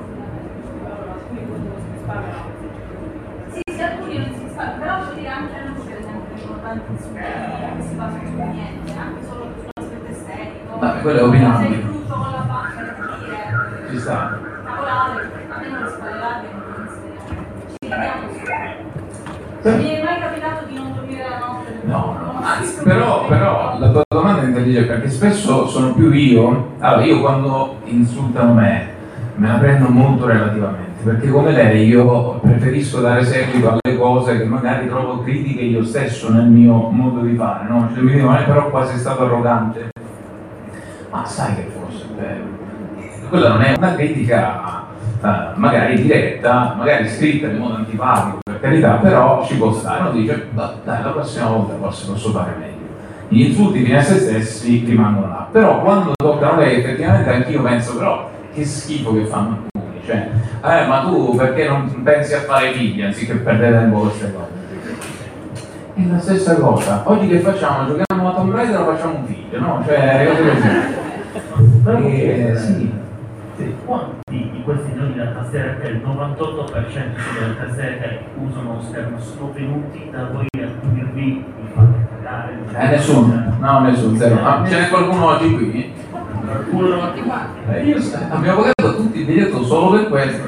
sì, sì, alcuni non si spara, però vuol dire anche a noi per esempio ci sono tanti insulti che si basano su niente, anche solo sull'aspetto estetico. vabbè, quello è opinabile. Sei brutto con la faccia, per dire Ci sta. cavolate, a me non spallate, non si ci vediamo su. Mi è mai capitato di non dormire la notte? No, no, anzi, però, però la tua domanda è intelligente perché spesso sono più io, allora io quando insultano me me la prendo molto relativamente, perché come lei io preferisco dare seguito alle cose che magari trovo critiche io stesso nel mio modo di fare, no? Cioè mi dicono, eh, però qua sei stato arrogante. Ma sai che forse è vero, quella non è una critica uh, magari diretta, magari scritta in modo antipatico, per carità, però ci può stare, uno dice, dai, la prossima volta forse posso fare meglio. gli insulti fino a se stessi rimangono là. Però quando toccano lei effettivamente anch'io penso però che schifo che fanno alcuni, cioè, eh, ma tu perché non pensi a fare figli anziché perdere tempo con queste cose? È la stessa cosa, oggi che facciamo? Giochiamo a Tomb Raider o facciamo un figlio, no? Cioè, cose così. E, sì. Quanti di questi giochi da tastiera che il novantotto per cento delle tastiere che usano lo schermo sono venuti da voi a dirvi di fare cagare? Eh, nessuno, no, nessuno, zero. Ah, ce n'è qualcuno oggi qui? Qualcuno? Eh, io, abbiamo pagato tutti il biglietto solo per questo.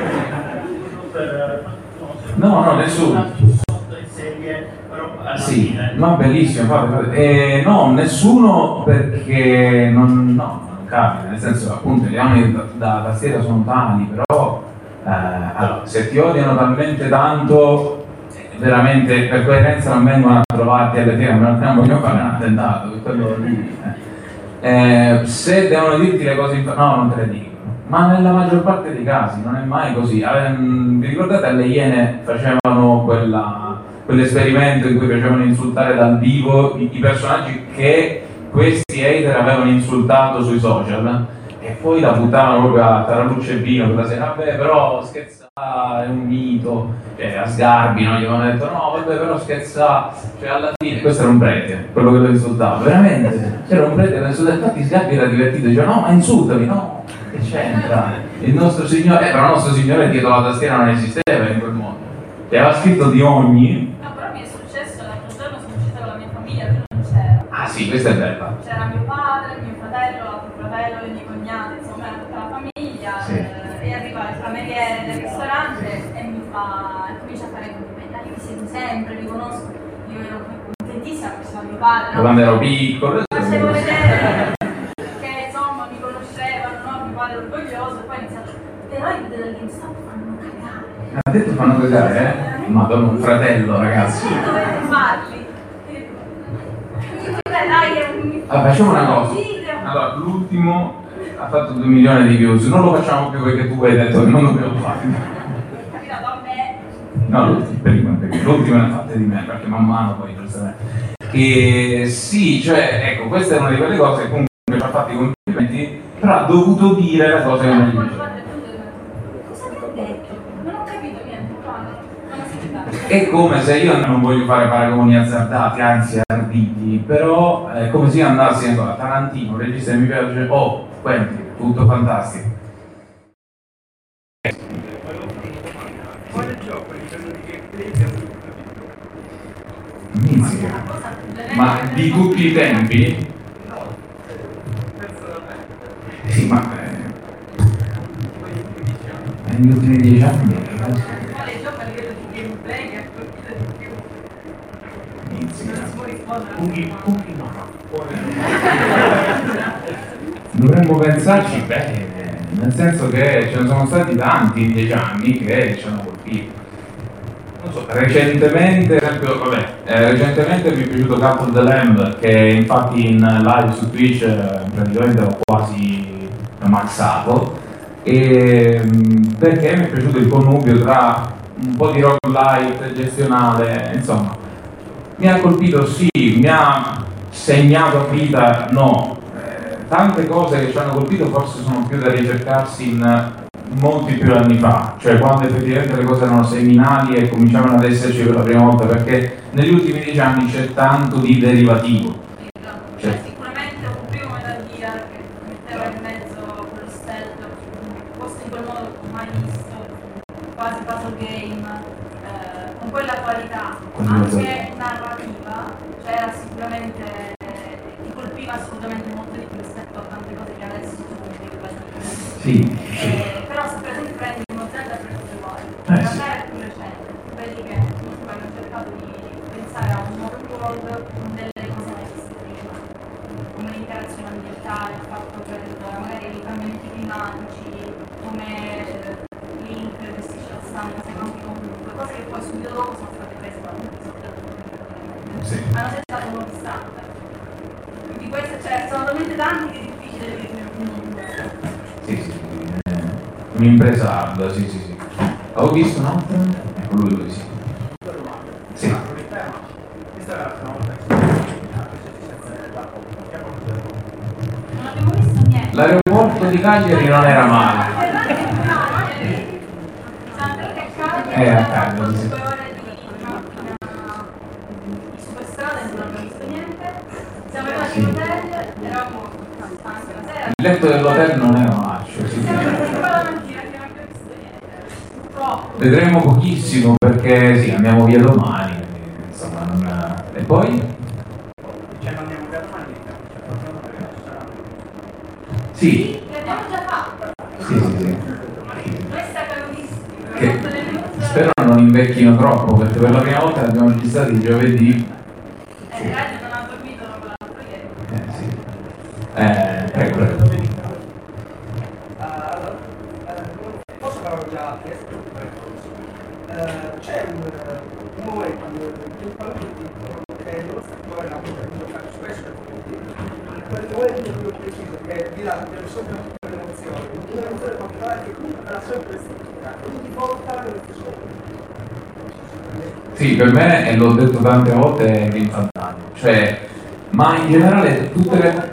No, no, nessuno. Sì, no, bellissimo, fate, fate. Eh, no, nessuno perché non, no, non capita, nel senso appunto gli anni da, da tastiera sono tali, però eh, allora, se ti odiano talmente tanto, veramente per coerenza non vengono a trovarti alle fiere, ma non vogliono fare un attentato, per quello lì. Eh. Eh, se devono dirti le cose, in... no, non te le dicono, ma nella maggior parte dei casi non è mai così. Eh, vi ricordate alle Iene facevano quella quell'esperimento in cui facevano insultare dal vivo i, i personaggi che questi hater avevano insultato sui social e poi la buttavano proprio a tarallucce e vino quella sera, vabbè però scherza è un mito, cioè a Sgarbi no? Gli avevano detto no vabbè però scherza, cioè alla fine questo era un prete, quello che lo insultava, veramente c'era un prete che lo insultava, infatti Sgarbi era divertito, diceva no ma insultami, no, che c'entra, il nostro signore, eh, però il nostro signore dietro la tastiera non esisteva in quel modo, e aveva scritto di ogni. Ah sì, questa è bella. C'era mio padre, mio fratello, l'altro fratello, le mie cognate, insomma era tutta la famiglia, sì. eh, e arriva il cameriere del ristorante e mi fa, e comincia a fare complimenti, ah, io vi seguo sempre, vi conosco, io ero contentissima perché sono mio padre, no? Quando ero piccolo. Facevo vedere che insomma mi conoscevano, no? Mio padre orgoglioso, e poi ho iniziato, però i del GameStop fanno cagare. Ha detto fanno cagare, eh? Madonna, un fratello ragazzi. Sì, dovete farli. Allora, facciamo una cosa. Allora, l'ultimo ha fatto due milioni di views, non lo facciamo più perché tu hai detto che non dobbiamo farlo. No, l'ultimo, prima, perché l'ultimo ne ha fatte di me, perché man mano poi giustamente. E sì, cioè, ecco, questa è una di quelle cose che comunque ci ha fatto i complimenti, però ha dovuto dire la cosa che non gli piace. Cosa mi ha detto? Non ho capito niente, non ho sentito. È come se io non voglio fare paragoni azzardati, anzi arditi, però è come se io andassi a Tarantino, regista che mi piace, oh, Quentin, tutto fantastico. Quale gioco a livello di gameplay ti ha più Mizzica. Ma di tutti i tempi? No, penso da me. Sì, ma eh, negli ultimi dieci anni Quale gioco a livello di gameplay che ha colpito di più? Mizzica. Non si può rispondere. Cookie, cookie no. Dovremmo pensarci bene, nel senso che ce ne sono stati tanti in dieci anni che ci hanno colpito. Non so, recentemente, per esempio, vabbè, eh, recentemente mi è piaciuto Cult of the Lamb, che infatti in live su Twitch eh, praticamente l'ho quasi maxato, e, perché mi è piaciuto il connubio tra un po' di roguelite gestionale, insomma, mi ha colpito sì, mi ha segnato a vita no. Tante cose che ci hanno colpito forse sono più da ricercarsi in molti più anni fa, cioè quando effettivamente le cose erano seminali e cominciavano ad esserci per la prima volta, perché negli ultimi dieci anni c'è tanto di derivativo. Cioè, sicuramente un primo Metal Gear che metteva in mezzo quello stealth, posto in quel modo mai visto, quasi puzzle game, eh, con quella qualità, anche narrativa, c'era sicuramente, ti colpiva assolutamente molto di più rispetto a tante cose che adesso sono più ribadite. Sì. Eh, però se per esempio prendi uno Zelda per tutti uguali, in realtà è più recente, vedi che comunque hanno cercato di pensare a un open world con delle cose mai viste prima, come l'interazione ambientale, il fatto per magari i cambiamenti climatici, come Link gestisce la stanza, secondo comunque, cose che poi subito dopo sono state prese da tutti sotto il sì. Hanno cercato un nuovo standard. Quindi queste, cioè, sono talmente tanti che è difficile dirne uno. Sì, sì, eh, un'impresa hard, sì, sì, sì. Avevo visto un altro? Ecco lui, lui, sì. Sì. Questa è la prima volta che si Non abbiamo visto niente. L'aeroporto di Cagliari non era male. Eh, a Cagliari, sì. Due ore di macchina di superstrada e non abbiamo visto niente. Siamo arrivati in hotel, eravamo stanchi la sera. Il letto dell'hotel non era marcio, sì. Siamo arrivati la mattina, non abbiamo visto niente. Purtroppo. Vedremo pochissimo perché sì, andiamo via domani. Insomma, non... E poi? Cioè, non andiamo via domani, Sì. L'abbiamo già fatto. Sì, sì, sì. Noi staccatissimi. Che spero non invecchino troppo perché per la prima volta li abbiamo registrati giovedì. Eh, il radio non ha dormito dopo l'altro ieri. Eh sì. Eh, prego, prego. Allora, posso parlare già? C'è un, un momento in cui parlo di che lo Stato è la cosa che io faccio spesso quel momento in cui ho preciso che di là delle sopra tutte le emozioni, una emozione particolare che comunque sarà sempre strutturata, ogni volta nello stesso momento. Sì, per me, e l'ho detto tante volte, è l'infantaggio. Cioè, ma in generale tutte le...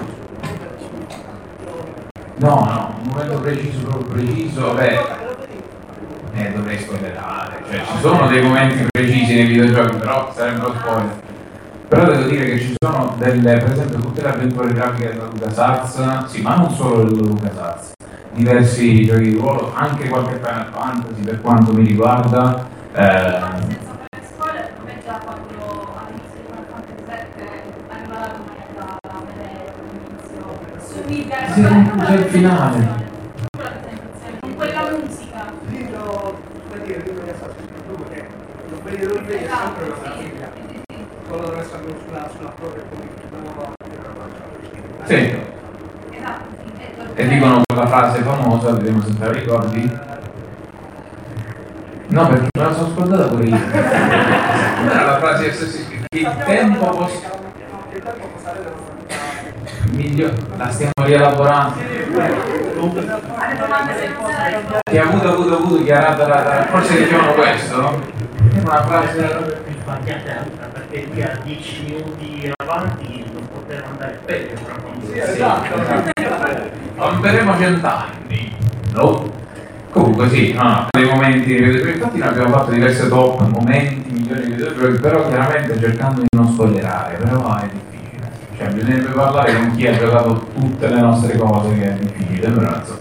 No, no, un momento preciso, proprio preciso, beh... Eh, dovrei spoilerare, cioè ci sono dei momenti precisi nei videogiochi, però sarebbero spoiler. Però devo dire che ci sono delle, per esempio tutte le avventure grafiche della LucasArts, sì, ma non solo della LucasArts, diversi giochi di ruolo, anche qualche Final Fantasy per quanto mi riguarda. Eh... Senza fare spoiler, per me già quando all'inizio di Final Fantasy sette arriva la comunità a vedere l'inizio su Midgar, Sì, c'è il finale. con quella musica. Libro, come dire, il libro di Assassin's Creed due, che lo vedi dove vedi è sempre una meraviglia. Quello deve essere sulla, sulla torre come Sì. E dicono quella frase famosa, vediamo se te la ricordi. No, perché me la sono scordata pure io. Non era la frase di Assassin's Creed, che il tempo può... Miglior... La stiamo rielaborando. Che ha avuto, avuto, avuto, chiarata la... Forse dicevano questo, no? È una frase... Perché qui a dieci minuti avanti non poteva andare peggio. Sì, esatto. Camperemo cent'anni. No. Comunque sì, no, no, dei momenti, infatti noi abbiamo fatto diverse top, momenti, migliori videogiochi, però chiaramente cercando di non spoilerare, però è difficile. Cioè bisognerebbe parlare con chi ha giocato tutte le nostre cose, che è difficile, però insomma.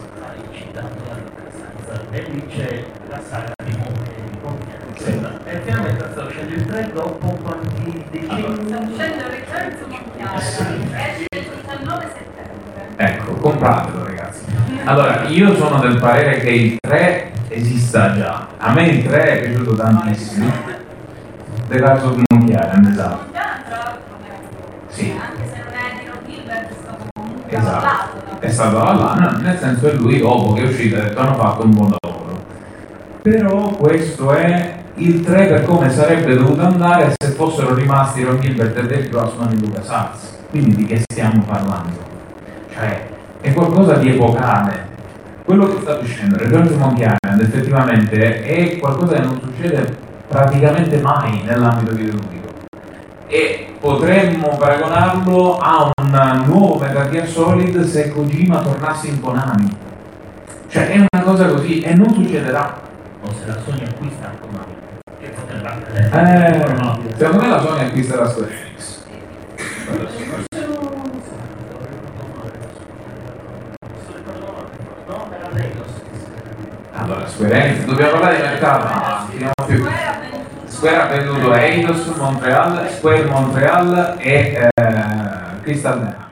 E lì c'è la saga di Monte. E finalmente sta uscendo il tre dopo quanti decenni? Sta uscendo il Return to Moncchiale, esce il diciannove settembre. Ecco, compratelo ragazzi. Allora, io sono del parere che il tre esista già. A me il tre è piaciuto tantissimo. The Last of Moncchiale, esatto. Sì. Anche se non è di Ron Gilbert, è stato comunque Esatto. avallato. È stato avallato, nel senso che lui dopo che è uscito ha detto hanno fatto un buon lavoro. Però questo è il tre per come sarebbe dovuto andare se fossero rimasti Ron Gilbert e Dave Grossman in LucasArts. Quindi di che stiamo parlando? Cioè, è qualcosa di epocale. Quello che sta uscendo, Return to Monkey Island, effettivamente è qualcosa che non succede praticamente mai nell'ambito videoludico. E potremmo paragonarlo a un nuovo Metal Gear Solid se Kojima tornasse in Konami. Cioè, è una cosa così e non succederà. O se la Sony acquista Konami, che potrebbe accadere. Eh, secondo me la Sony acquista la Square Enix. Allora, Square Enix, dobbiamo parlare di mercato? No, finiamo più. Square ha venduto Eidos Montreal, Square Montreal e eh, Crystal Dynamics.